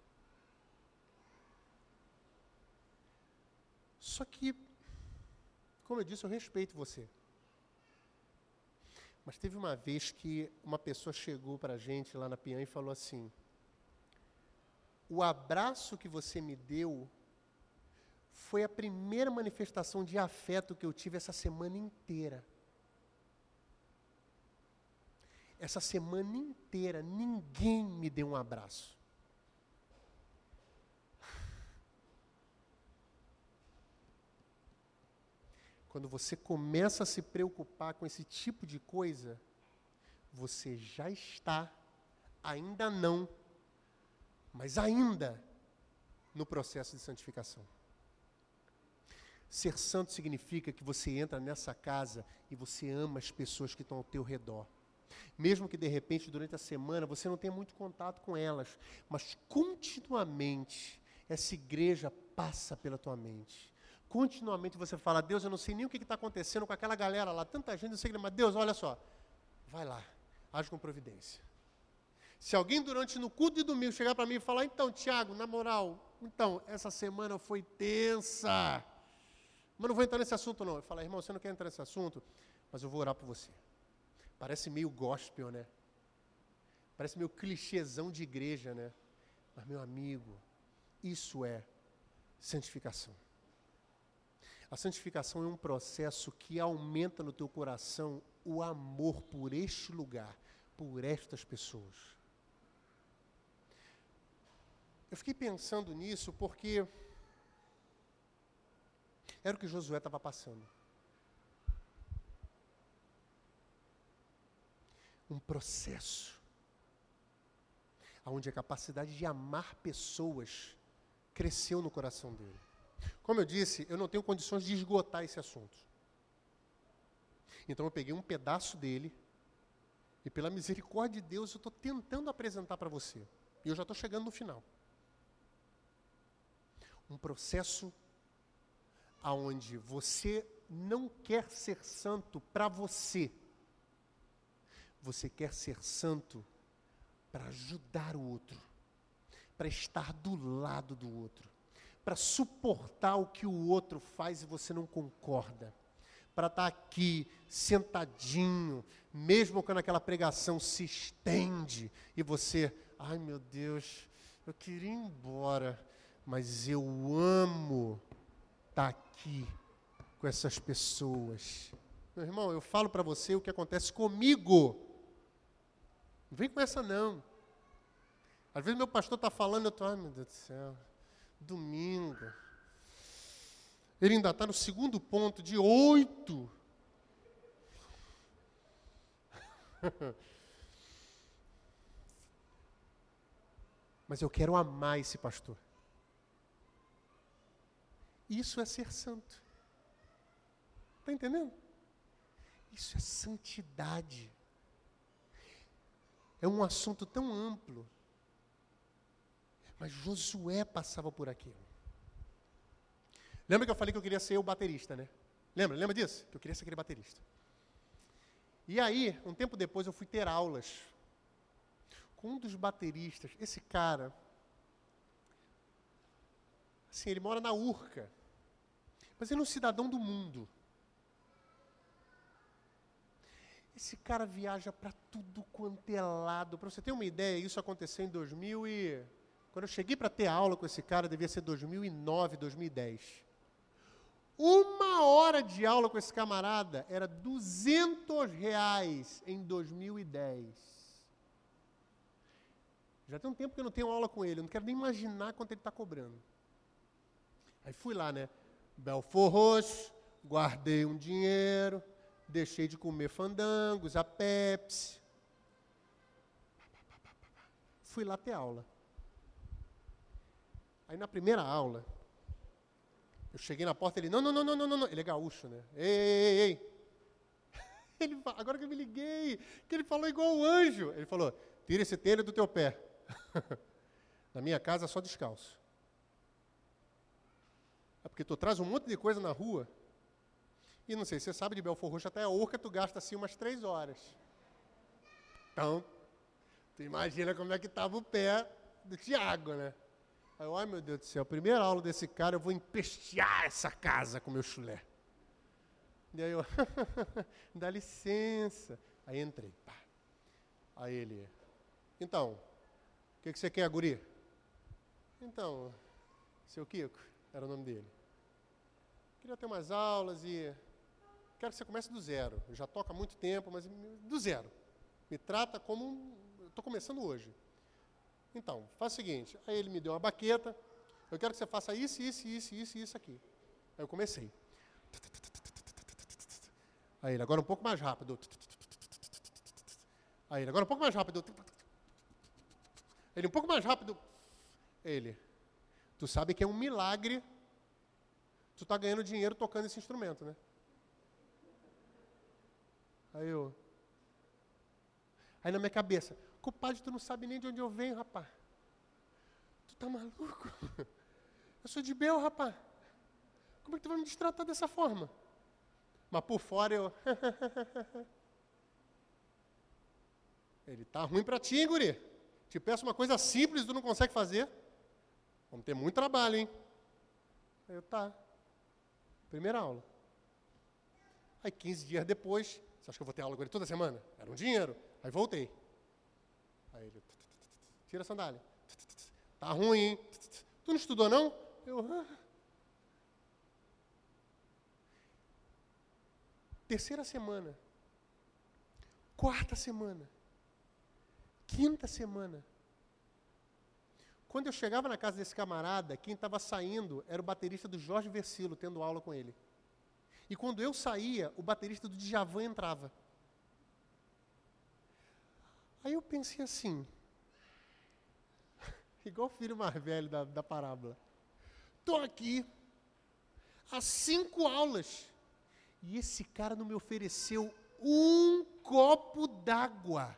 Só que, como eu disse, eu respeito você. Mas teve uma vez que uma pessoa chegou para a gente lá na Pian e falou assim, o abraço que você me deu foi a primeira manifestação de afeto que eu tive essa semana inteira. Essa semana inteira, ninguém me deu um abraço. Quando você começa a se preocupar com esse tipo de coisa, você já está, ainda não, mas ainda no processo de santificação. Ser santo significa que você entra nessa casa e você ama as pessoas que estão ao teu redor. Mesmo que de repente durante a semana você não tenha muito contato com elas, mas continuamente essa igreja passa pela tua mente. continuamente você fala, Deus, eu não sei nem o que está acontecendo com aquela galera lá, tanta gente, não sei o que, mas Deus, olha só, vai lá, age com providência. Se alguém durante no culto de domingo chegar para mim e falar, então, Tiago, na moral, então, essa semana foi tensa, mas não vou entrar nesse assunto não. Eu falo, irmão, você não quer entrar nesse assunto, mas eu vou orar por você. Parece meio gospel, né? Parece meio clichêzão de igreja, né? Mas, meu amigo, isso é santificação. A santificação é um processo que aumenta no teu coração o amor por este lugar, por estas pessoas. Eu fiquei pensando nisso porque era o que Josué estava passando. Um processo onde a capacidade de amar pessoas cresceu no coração dele. Como eu disse, eu não tenho condições de esgotar esse assunto. Então eu peguei um pedaço dele e pela misericórdia de Deus eu estou tentando apresentar para você. E eu já estou chegando no final. Um processo onde você não quer ser santo para você. Você quer ser santo para ajudar o outro, para estar do lado do outro, para suportar o que o outro faz e você não concorda, para estar aqui, sentadinho, mesmo quando aquela pregação se estende e você, ai meu Deus, eu queria ir embora, mas eu amo estar aqui com essas pessoas. Meu irmão, eu falo para você o que acontece comigo. Não vem com essa não. Às vezes meu pastor está falando, eu estou, ai meu Deus do céu, domingo. Ele ainda está no segundo ponto de oito. Mas eu quero amar esse pastor. Isso é ser santo. Está entendendo? Isso é santidade. É um assunto tão amplo. Mas Josué passava por aquilo. Lembra que eu falei que eu queria ser o baterista, né? Lembra? Lembra disso? Que eu queria ser aquele baterista. E aí, um tempo depois, eu fui ter aulas com um dos bateristas. Esse cara, assim, ele mora na Urca. Mas ele é um cidadão do mundo. Esse cara viaja para tudo quanto é lado. Para você ter uma ideia, isso aconteceu em dois mil e... Quando eu cheguei para ter aula com esse cara, devia ser dois mil e nove, dois mil e dez. Uma hora de aula com esse camarada era duzentos reais em dois mil e dez. Já tem um tempo que eu não tenho aula com ele, eu não quero nem imaginar quanto ele está cobrando. Aí fui lá, né? Belfor Roxo, guardei um dinheiro, deixei de comer fandangos, a Pepsi. Fui lá ter aula. Aí na primeira aula, eu cheguei na porta, ele, não, não, não, não, não, não, ele é gaúcho, né? Ei, ei, ei, ei. Ele, agora que eu me liguei, que ele falou igual o anjo. Ele falou, tira esse tênis do teu pé. Na minha casa, só descalço. É porque tu traz um monte de coisa na rua, e não sei, você sabe de Belfor Roxo até a Urca, tu gasta assim umas três horas. Então, tu imagina como é que estava o pé do Tiago, né? Aí eu, ai meu Deus do céu, primeira aula desse cara, eu vou empestear essa casa com meu chulé. E aí eu, dá licença. Aí entrei, pá. Aí ele, então, o que, que você quer, guri? Então, seu Kiko, era o nome dele. Queria ter umas aulas e quero que você comece do zero. Eu já toco há muito tempo, mas do zero. Me trata como um, eu estou começando hoje. Então, faz o seguinte, aí ele me deu uma baqueta, eu quero que você faça isso, isso, isso, isso e isso aqui. Aí eu comecei. Aí ele, agora um pouco mais rápido. Aí ele, agora um pouco mais rápido. Ele, um pouco mais rápido. Ele, tu sabe que é um milagre tu tá ganhando dinheiro tocando esse instrumento, né? Aí eu... Aí na minha cabeça, compadre, tu não sabe nem de onde eu venho, rapaz. Tu tá maluco? Eu sou de Bel, rapaz. Como é que tu vai me destratar dessa forma? Mas por fora eu... Ele, tá ruim pra ti, hein, guri? Te peço uma coisa simples e tu não consegue fazer. Vamos ter muito trabalho, hein? Aí eu, tá. Primeira aula. Aí, quinze dias depois, você acha que eu vou ter aula com ele toda semana? Era um dinheiro. Aí voltei. Aí ele, tira a sandália. Tá ruim, hein? Tu não estudou, não? Eu, ah. Terceira semana. Quarta semana. Quinta semana. Quando eu chegava na casa desse camarada, quem estava saindo era o baterista do Jorge Versilo, tendo aula com ele. E quando eu saía, o baterista do Djavan entrava. Aí eu pensei assim, igual o filho mais velho da, da parábola. Estou aqui, há cinco aulas, e esse cara não me ofereceu um copo d'água.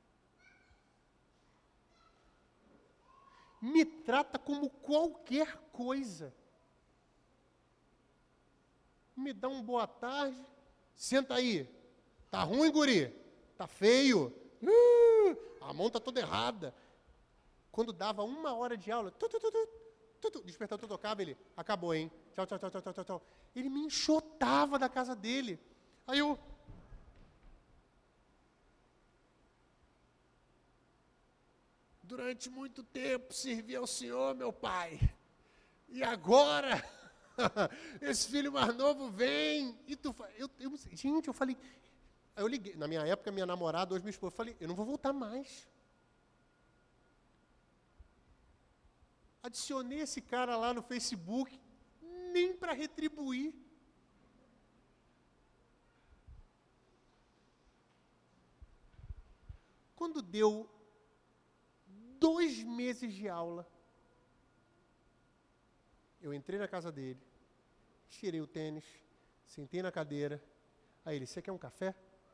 Me trata como qualquer coisa. Me dá um boa tarde. Senta aí. Tá ruim, guri? Tá feio? Uh, a mão tá toda errada. Quando dava uma hora de aula, tu, tu, tu, tu, tu, tu, despertador tocava, ele, acabou, hein? Tchau, tchau, tchau, tchau, tchau, tchau. Ele me enxotava da casa dele. Aí eu... Durante muito tempo servi ao Senhor, meu pai. E agora, esse filho mais novo vem. E tu, eu, eu, gente, eu falei... Eu liguei, na minha época, minha namorada, hoje minha esposa, eu falei, eu não vou voltar mais. Adicionei esse cara lá no Facebook, nem para retribuir. Quando deu dois meses de aula, eu entrei na casa dele, tirei o tênis, sentei na cadeira. Aí ele, você quer um café?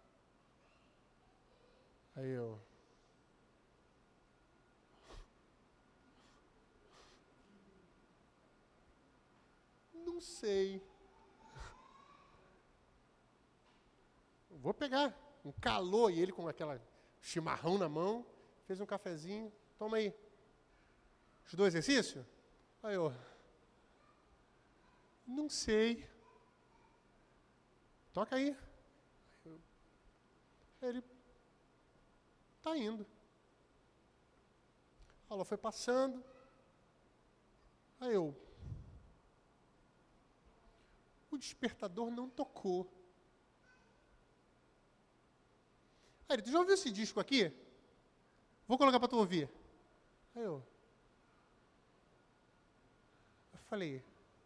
Aí eu... Não sei. Vou pegar. Um calor, e ele com aquela chimarrão na mão, fez um cafezinho, toma aí. Estudou exercício? Aí eu... Não sei. Toca aí. Aí ele... Tá indo. A aula foi passando. Aí eu... O despertador não tocou. Aí ele, tu já ouviu esse disco aqui? Vou colocar para tu ouvir. Aí eu... Eu falei...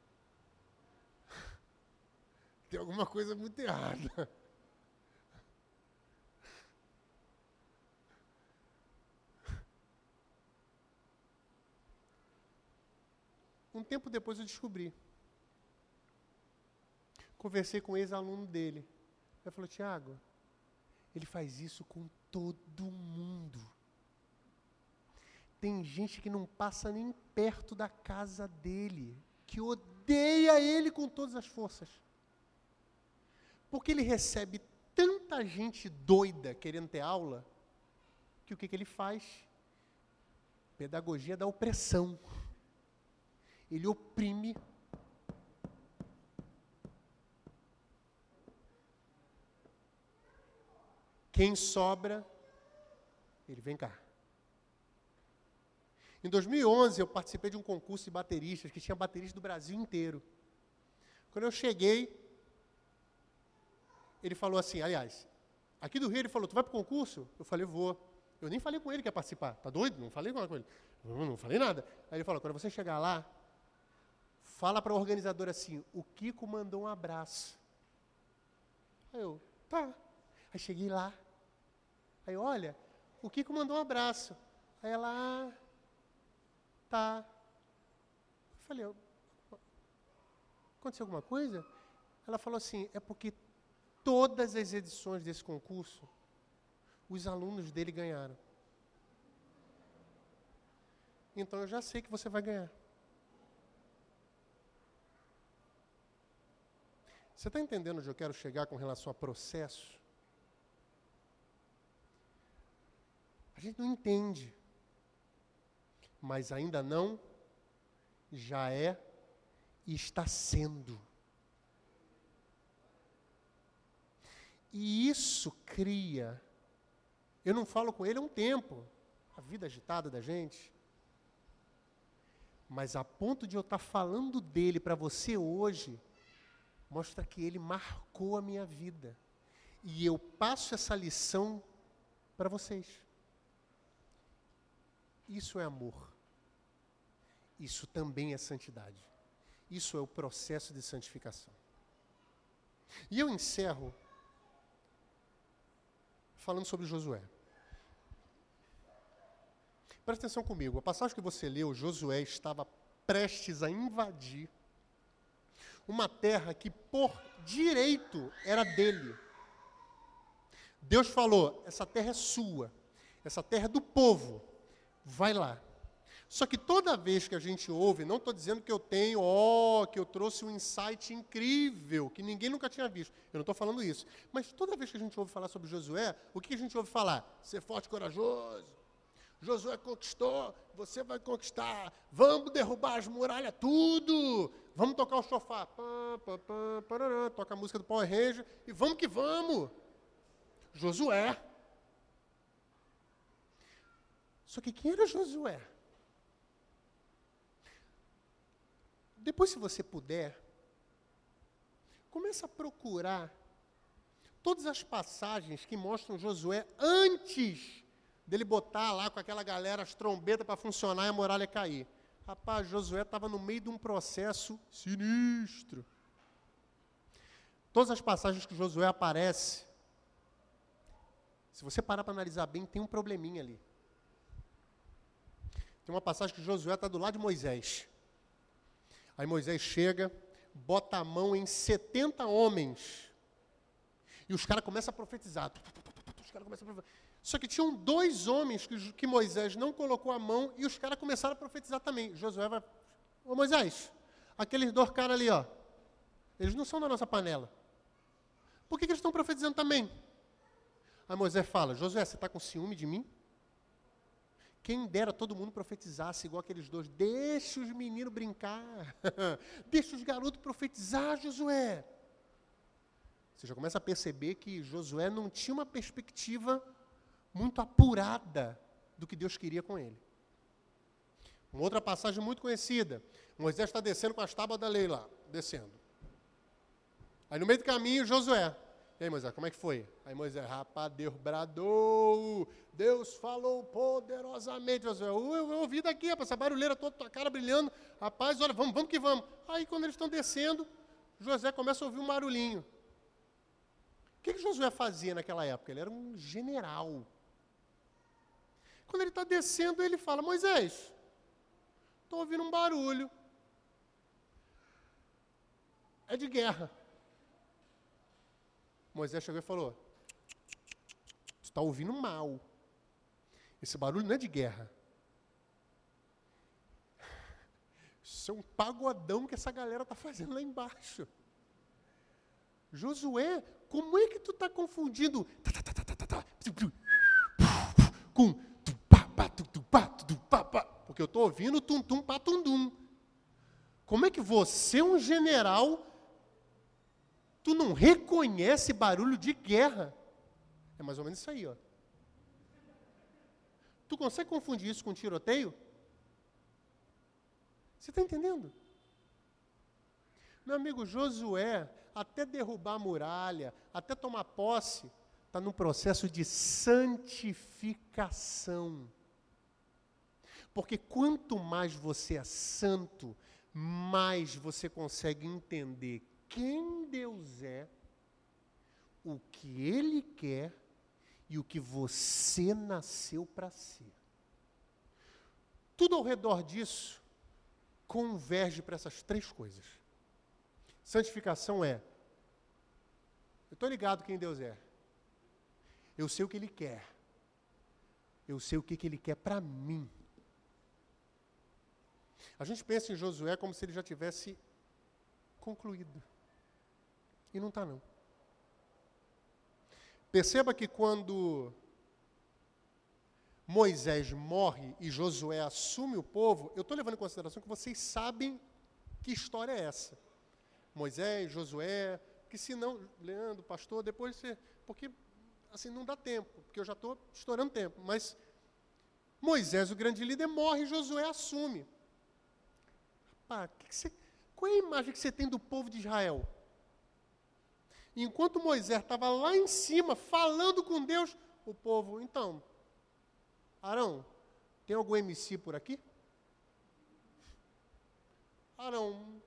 Tem alguma coisa muito errada. Um tempo depois eu descobri. Conversei com o ex-aluno dele. Ele falou, Tiago, ele faz isso com todo mundo. Tem gente que não passa nem perto da casa dele, que odeia ele com todas as forças. Porque ele recebe tanta gente doida querendo ter aula, que o que, que ele faz? Pedagogia da opressão. Ele oprime. Quem sobra, ele vem cá. Em dois mil e onze, eu participei de um concurso de bateristas, que tinha bateristas do Brasil inteiro. Quando eu cheguei, ele falou assim, aliás, aqui do Rio, ele falou, tu vai para o concurso? Eu falei, vou. Eu nem falei com ele que ia participar. Tá doido? Não falei com ele. Não, não falei nada. Aí ele falou, quando você chegar lá, fala para o organizador assim, o Kiko mandou um abraço. Aí eu, tá. Aí cheguei lá. Aí, olha, o Kiko mandou um abraço. Aí ela, ah, tá. Eu falei, aconteceu alguma coisa? Ela falou assim, é porque todas as edições desse concurso, os alunos dele ganharam. Então eu já sei que você vai ganhar. Você está entendendo onde eu quero chegar com relação a processo? A gente não entende, mas ainda não, já é e está sendo. E isso cria, eu não falo com ele há um tempo, a vida agitada da gente, mas a ponto de eu estar falando dele para você hoje, mostra que ele marcou a minha vida. E eu passo essa lição para vocês. Isso é amor. Isso também é santidade. Isso é o processo de santificação. E eu encerro falando sobre Josué. Presta atenção comigo. A passagem que você leu, Josué estava prestes a invadir uma terra que por direito era dele. Deus falou, essa terra é sua, essa terra é do povo, vai lá. Só que toda vez que a gente ouve, não estou dizendo que eu tenho, ó, oh, que eu trouxe um insight incrível, que ninguém nunca tinha visto. Eu não estou falando isso. Mas toda vez que a gente ouve falar sobre Josué, o que a gente ouve falar? Ser forte e corajoso. Josué conquistou, você vai conquistar. Vamos derrubar as muralhas, tudo. Vamos tocar o chofar. Pá, pá, pá, parará, toca a música do Power Ranger e vamos que vamos. Josué. Só que quem era Josué? Depois, se você puder, comece a procurar todas as passagens que mostram Josué antes dele botar lá com aquela galera as trombetas para funcionar e a muralha cair. Rapaz, Josué estava no meio de um processo sinistro. Todas as passagens que Josué aparece, se você parar para analisar bem, tem um probleminha ali. Tem uma passagem que Josué está do lado de Moisés. Aí Moisés chega, bota a mão em setenta homens. E os caras começam a profetizar. Os caras começam a profetizar. Só que tinham dois homens que, que Moisés não colocou a mão e os caras começaram a profetizar também. Josué vai... Ô Moisés, aqueles dois caras ali, ó, eles não são da nossa panela. Por que, que eles estão profetizando também? Aí Moisés fala, Josué, você está com ciúme de mim? Quem dera todo mundo profetizasse igual aqueles dois. Deixa os meninos brincar. Deixa os garotos profetizar, Josué. Você já começa a perceber que Josué não tinha uma perspectiva muito apurada do que Deus queria com ele. Uma outra passagem muito conhecida. Moisés está descendo com as tábuas da lei lá. Descendo. Aí no meio do caminho, Josué. E aí, Moisés, como é que foi? Aí Moisés, rapaz, Deus bradou, Deus falou poderosamente. Josué, eu, eu ouvi daqui, rapaz, essa barulheira toda, tua cara brilhando. Rapaz, olha, vamos, vamos que vamos. Aí, quando eles estão descendo, Josué começa a ouvir um barulhinho. O que, que Josué fazia naquela época? Ele era um general. Quando ele está descendo, ele fala, Moisés, estou ouvindo um barulho. É de guerra. Moisés chegou e falou, você está ouvindo mal. Esse barulho não é de guerra. Isso é um pagodão que essa galera está fazendo lá embaixo. Josué, como é que tu está confundindo com porque eu estou ouvindo tum-tum patundum. Como é que você, um general, tu não reconhece barulho de guerra? É mais ou menos isso aí, ó. Tu consegue confundir isso com tiroteio? Você está entendendo? Meu amigo, Josué, até derrubar a muralha, até tomar posse, está num processo de santificação. Porque quanto mais você é santo, mais você consegue entender quem Deus é, o que Ele quer e o que você nasceu para ser. Tudo ao redor disso converge para essas três coisas. Santificação é, eu estou ligado quem Deus é. Eu sei o que Ele quer. Eu sei o que, que Ele quer para mim. A gente pensa em Josué como se ele já tivesse concluído. E não está, não. Perceba que quando Moisés morre e Josué assume o povo, eu estou levando em consideração que vocês sabem que história é essa. Moisés, Josué, que se não, Leandro, pastor, depois você... Porque, assim, não dá tempo, porque eu já estou estourando tempo. Mas Moisés, o grande líder, morre e Josué assume. Pá, que que você, qual é a imagem que você tem do povo de Israel? Enquanto Moisés estava lá em cima, falando com Deus, o povo, então, Arão, tem algum M C por aqui? Arão,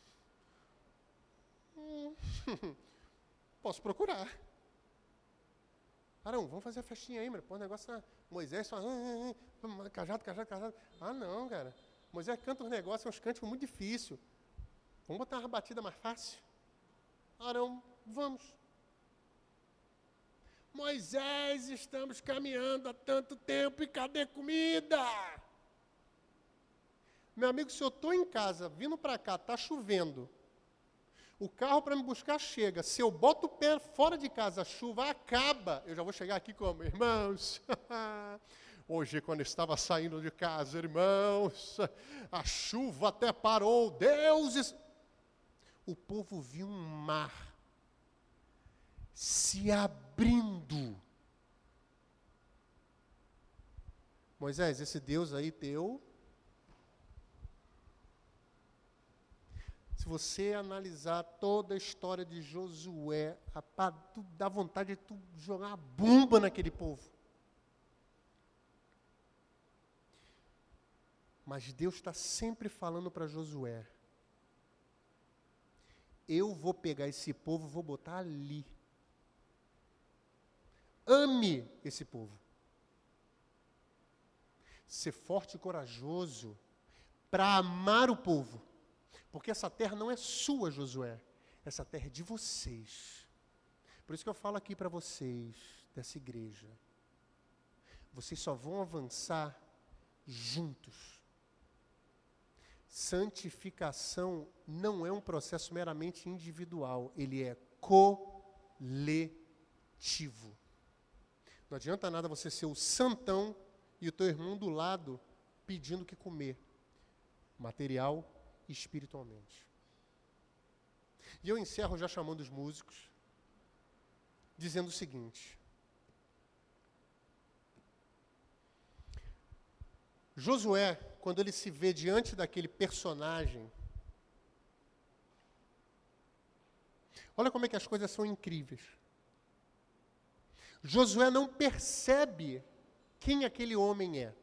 hum, posso procurar. Arão, vamos fazer a festinha aí, mano. Pô, o negócio na... Moisés fala, ah, ah, ah, cajado, cajado, cajado. Ah, não, cara. Moisés canta uns negócios, uns cânticos muito difíceis. Vamos botar uma batida mais fácil. Arão, vamos. Moisés, estamos caminhando há tanto tempo e cadê comida? Meu amigo, se eu estou em casa, vindo para cá, está chovendo, o carro para me buscar chega, se eu boto o pé fora de casa, a chuva acaba, eu já vou chegar aqui como, irmãos, hoje quando estava saindo de casa, irmãos, a chuva até parou, Deus... O povo viu um mar se abrindo. Moisés, esse Deus aí teu, se você analisar toda a história de Josué, rapaz, tu dá vontade de tu jogar uma bomba naquele povo. Mas Deus está sempre falando para Josué, eu vou pegar esse povo, vou botar ali. Ame esse povo. Ser forte e corajoso para amar o povo. Porque essa terra não é sua, Josué. Essa terra é de vocês. Por isso que eu falo aqui para vocês, dessa igreja. Vocês só vão avançar juntos. Santificação não é um processo meramente individual, ele é coletivo. Não adianta nada você ser o santão e o teu irmão do lado pedindo o que comer, material e espiritualmente. E eu encerro já chamando os músicos, dizendo o seguinte: Josué, quando ele se vê diante daquele personagem, olha como é que as coisas são incríveis. Josué não percebe quem aquele homem é.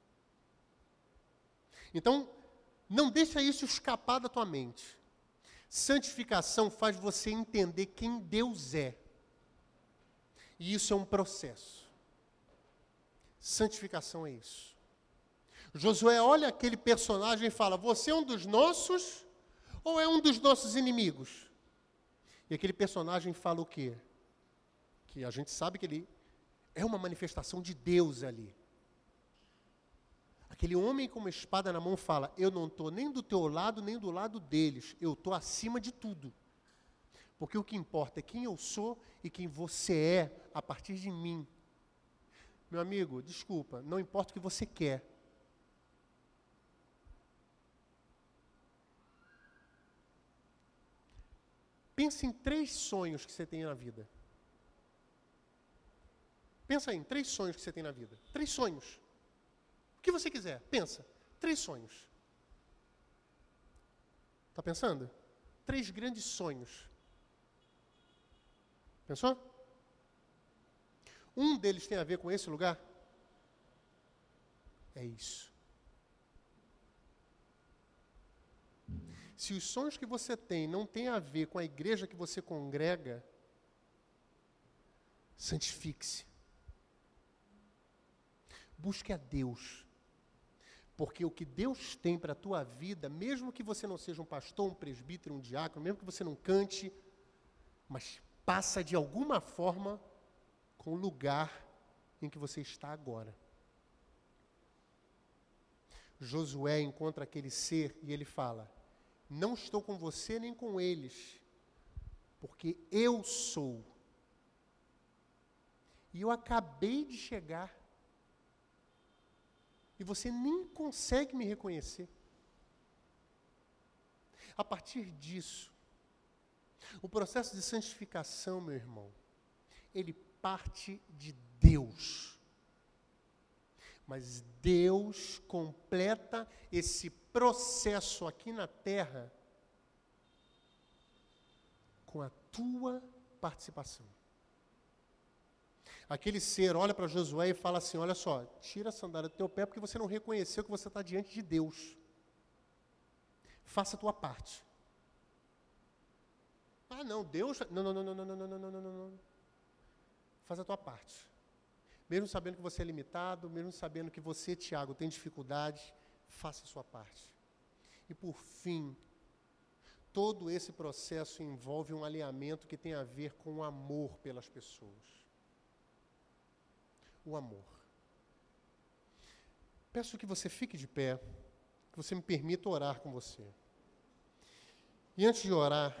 Então, não deixa isso escapar da tua mente. Santificação faz você entender quem Deus é. E isso é um processo. Santificação é isso. Josué olha aquele personagem e fala, você é um dos nossos ou é um dos nossos inimigos? E aquele personagem fala o quê? Que a gente sabe que ele é uma manifestação de Deus ali. Aquele homem com uma espada na mão fala, eu não estou nem do teu lado, nem do lado deles, eu estou acima de tudo. Porque o que importa é quem eu sou e quem você é a partir de mim. Meu amigo, desculpa, não importa o que você quer. Pense em três sonhos que você tem na vida. Pensa aí, em três sonhos que você tem na vida. Três sonhos. O que você quiser, pensa. Três sonhos. Está pensando? Três grandes sonhos. Pensou? Um deles tem a ver com esse lugar? É isso. Se os sonhos que você tem não têm a ver com a igreja que você congrega, santifique-se. Busque a Deus. Porque o que Deus tem para a tua vida, mesmo que você não seja um pastor, um presbítero, um diácono, mesmo que você não cante, mas passa de alguma forma com o lugar em que você está agora. Josué encontra aquele ser e ele fala, não estou com você nem com eles, porque eu sou. E eu acabei de chegar. E você nem consegue me reconhecer. A partir disso, o processo de santificação, meu irmão, ele parte de Deus. Mas Deus completa esse processo aqui na terra com a tua participação. Aquele ser olha para Josué e fala assim, olha só, tira a sandália do teu pé porque você não reconheceu que você está diante de Deus. Faça a tua parte. Ah, não, Deus... Não, não, não, não, não, não, não, não, não, não. Faz a tua parte. Mesmo sabendo que você é limitado, mesmo sabendo que você, Tiago, tem dificuldade, faça a sua parte. E por fim, todo esse processo envolve um alinhamento que tem a ver com o amor pelas pessoas. O amor. Peço que você fique de pé, que você me permita orar com você. E antes de orar,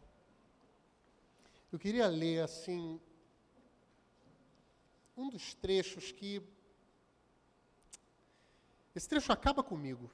eu queria ler, assim, um dos trechos que... Esse trecho acaba comigo.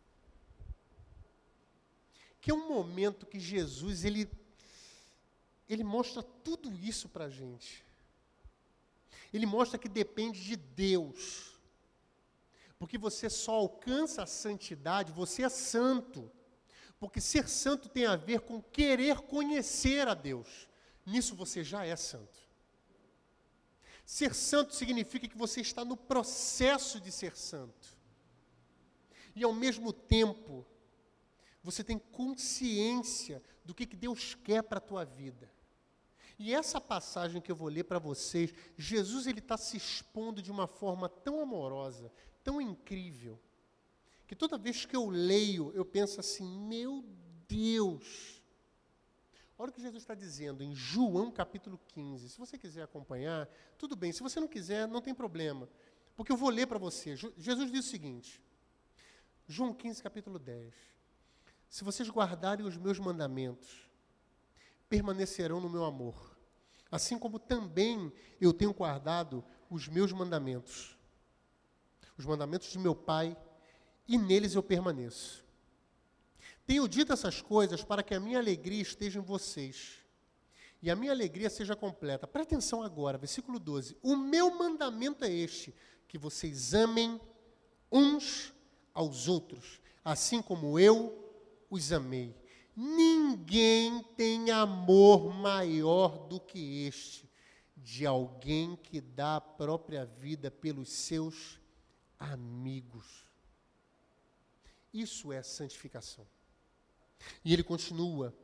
Que é um momento que Jesus, ele, ele mostra tudo isso para a gente. Ele mostra que depende de Deus. Porque você só alcança a santidade, você é santo. Porque ser santo tem a ver com querer conhecer a Deus. Nisso você já é santo. Ser santo significa que você está no processo de ser santo. E ao mesmo tempo, você tem consciência do que, que Deus quer para a tua vida. E essa passagem que eu vou ler para vocês, Jesus ele está se expondo de uma forma tão amorosa, tão incrível, que toda vez que eu leio, eu penso assim, meu Deus. Olha o que Jesus está dizendo em João capítulo quinze. Se você quiser acompanhar, tudo bem. Se você não quiser, não tem problema. Porque eu vou ler para você. Jesus diz o seguinte, João quinze, capítulo dez. Se vocês guardarem os meus mandamentos, permanecerão no meu amor, assim como também eu tenho guardado os meus mandamentos, os mandamentos de meu Pai, e neles eu permaneço. Tenho dito essas coisas para que a minha alegria esteja em vocês, e a minha alegria seja completa. Presta atenção agora, versículo doze. O meu mandamento é este, que vocês amem uns aos outros, assim como eu os amei. Ninguém tem amor maior do que este, de alguém que dá a própria vida pelos seus amigos. Isso é santificação. E ele continua,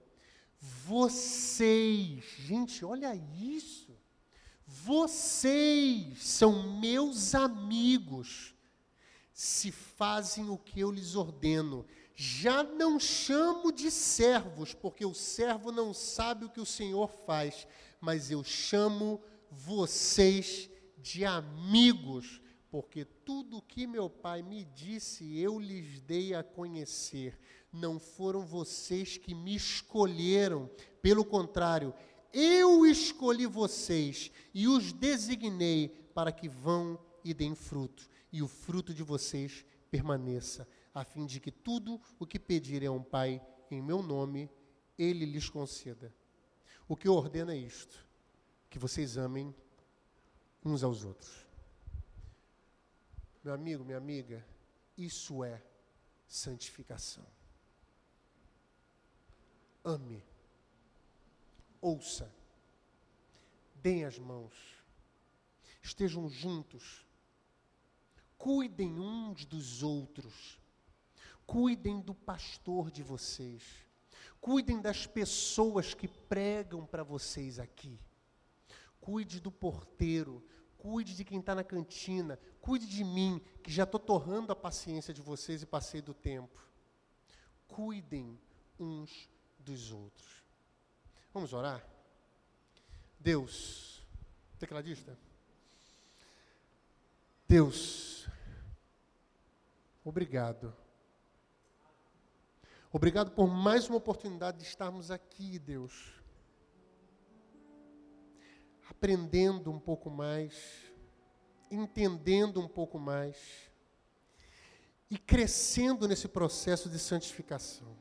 vocês, gente, olha isso, vocês são meus amigos, se fazem o que eu lhes ordeno. Já não chamo de servos, porque o servo não sabe o que o Senhor faz, mas eu chamo vocês de amigos, porque tudo o que meu Pai me disse, eu lhes dei a conhecer. Não foram vocês que me escolheram, pelo contrário, eu escolhi vocês e os designei para que vão e deem fruto, e o fruto de vocês permaneça, a fim de que tudo o que pedirem a um Pai em meu nome, Ele lhes conceda. O que eu ordeno é isto, que vocês amem uns aos outros. Meu amigo, minha amiga, isso é santificação. Ame, ouça, deem as mãos, estejam juntos, cuidem uns dos outros, cuidem do pastor de vocês, cuidem das pessoas que pregam para vocês aqui, cuide do porteiro, cuide de quem está na cantina, cuide de mim, que já estou torrando a paciência de vocês e passei do tempo. Cuidem uns dos outros. Vamos orar? Deus, tecladista? Deus, obrigado. Obrigado por mais uma oportunidade de estarmos aqui, Deus. aprendendo um pouco mais, entendendo um pouco mais e crescendo nesse processo de santificação.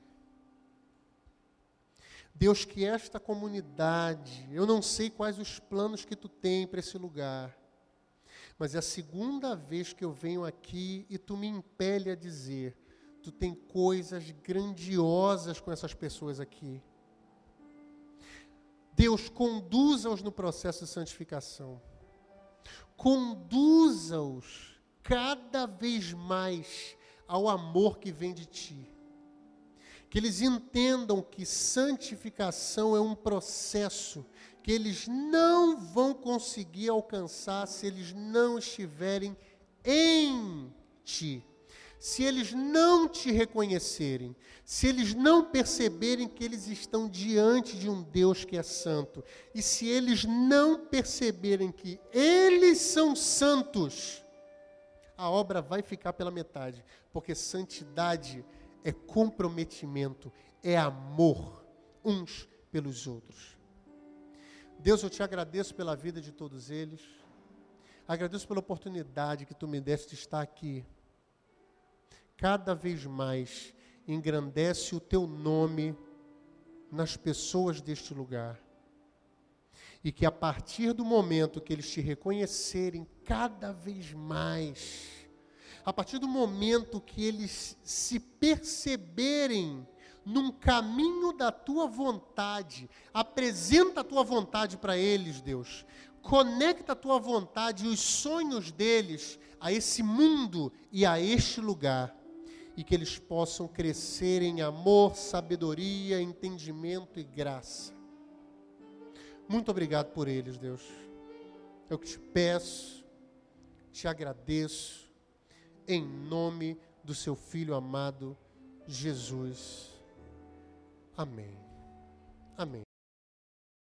Deus, que esta comunidade, eu não sei quais os planos que tu tem para esse lugar, mas é a segunda vez que eu venho aqui e tu me impele a dizer, tu tem coisas grandiosas com essas pessoas aqui. Deus, conduza-os no processo de santificação. Conduza-os cada vez mais ao amor que vem de ti. Que eles entendam que santificação é um processo que eles não vão conseguir alcançar se eles não estiverem em ti. Se eles não te reconhecerem, se eles não perceberem que eles estão diante de um Deus que é santo, e se eles não perceberem que eles são santos, a obra vai ficar pela metade, porque santidade é comprometimento, é amor uns pelos outros. Deus, eu te agradeço pela vida de todos eles, agradeço pela oportunidade que tu me deste de estar aqui. Cada vez mais engrandece o teu nome nas pessoas deste lugar. E que a partir do momento que eles te reconhecerem cada vez mais, a partir do momento que eles se perceberem num caminho da tua vontade, apresenta a tua vontade para eles, Deus. Conecta a tua vontade e os sonhos deles a esse mundo e a este lugar. E que eles possam crescer em amor, sabedoria, entendimento e graça. Muito obrigado por eles, Deus. Eu te peço, te agradeço, em nome do seu Filho amado, Jesus. Amém. Amém.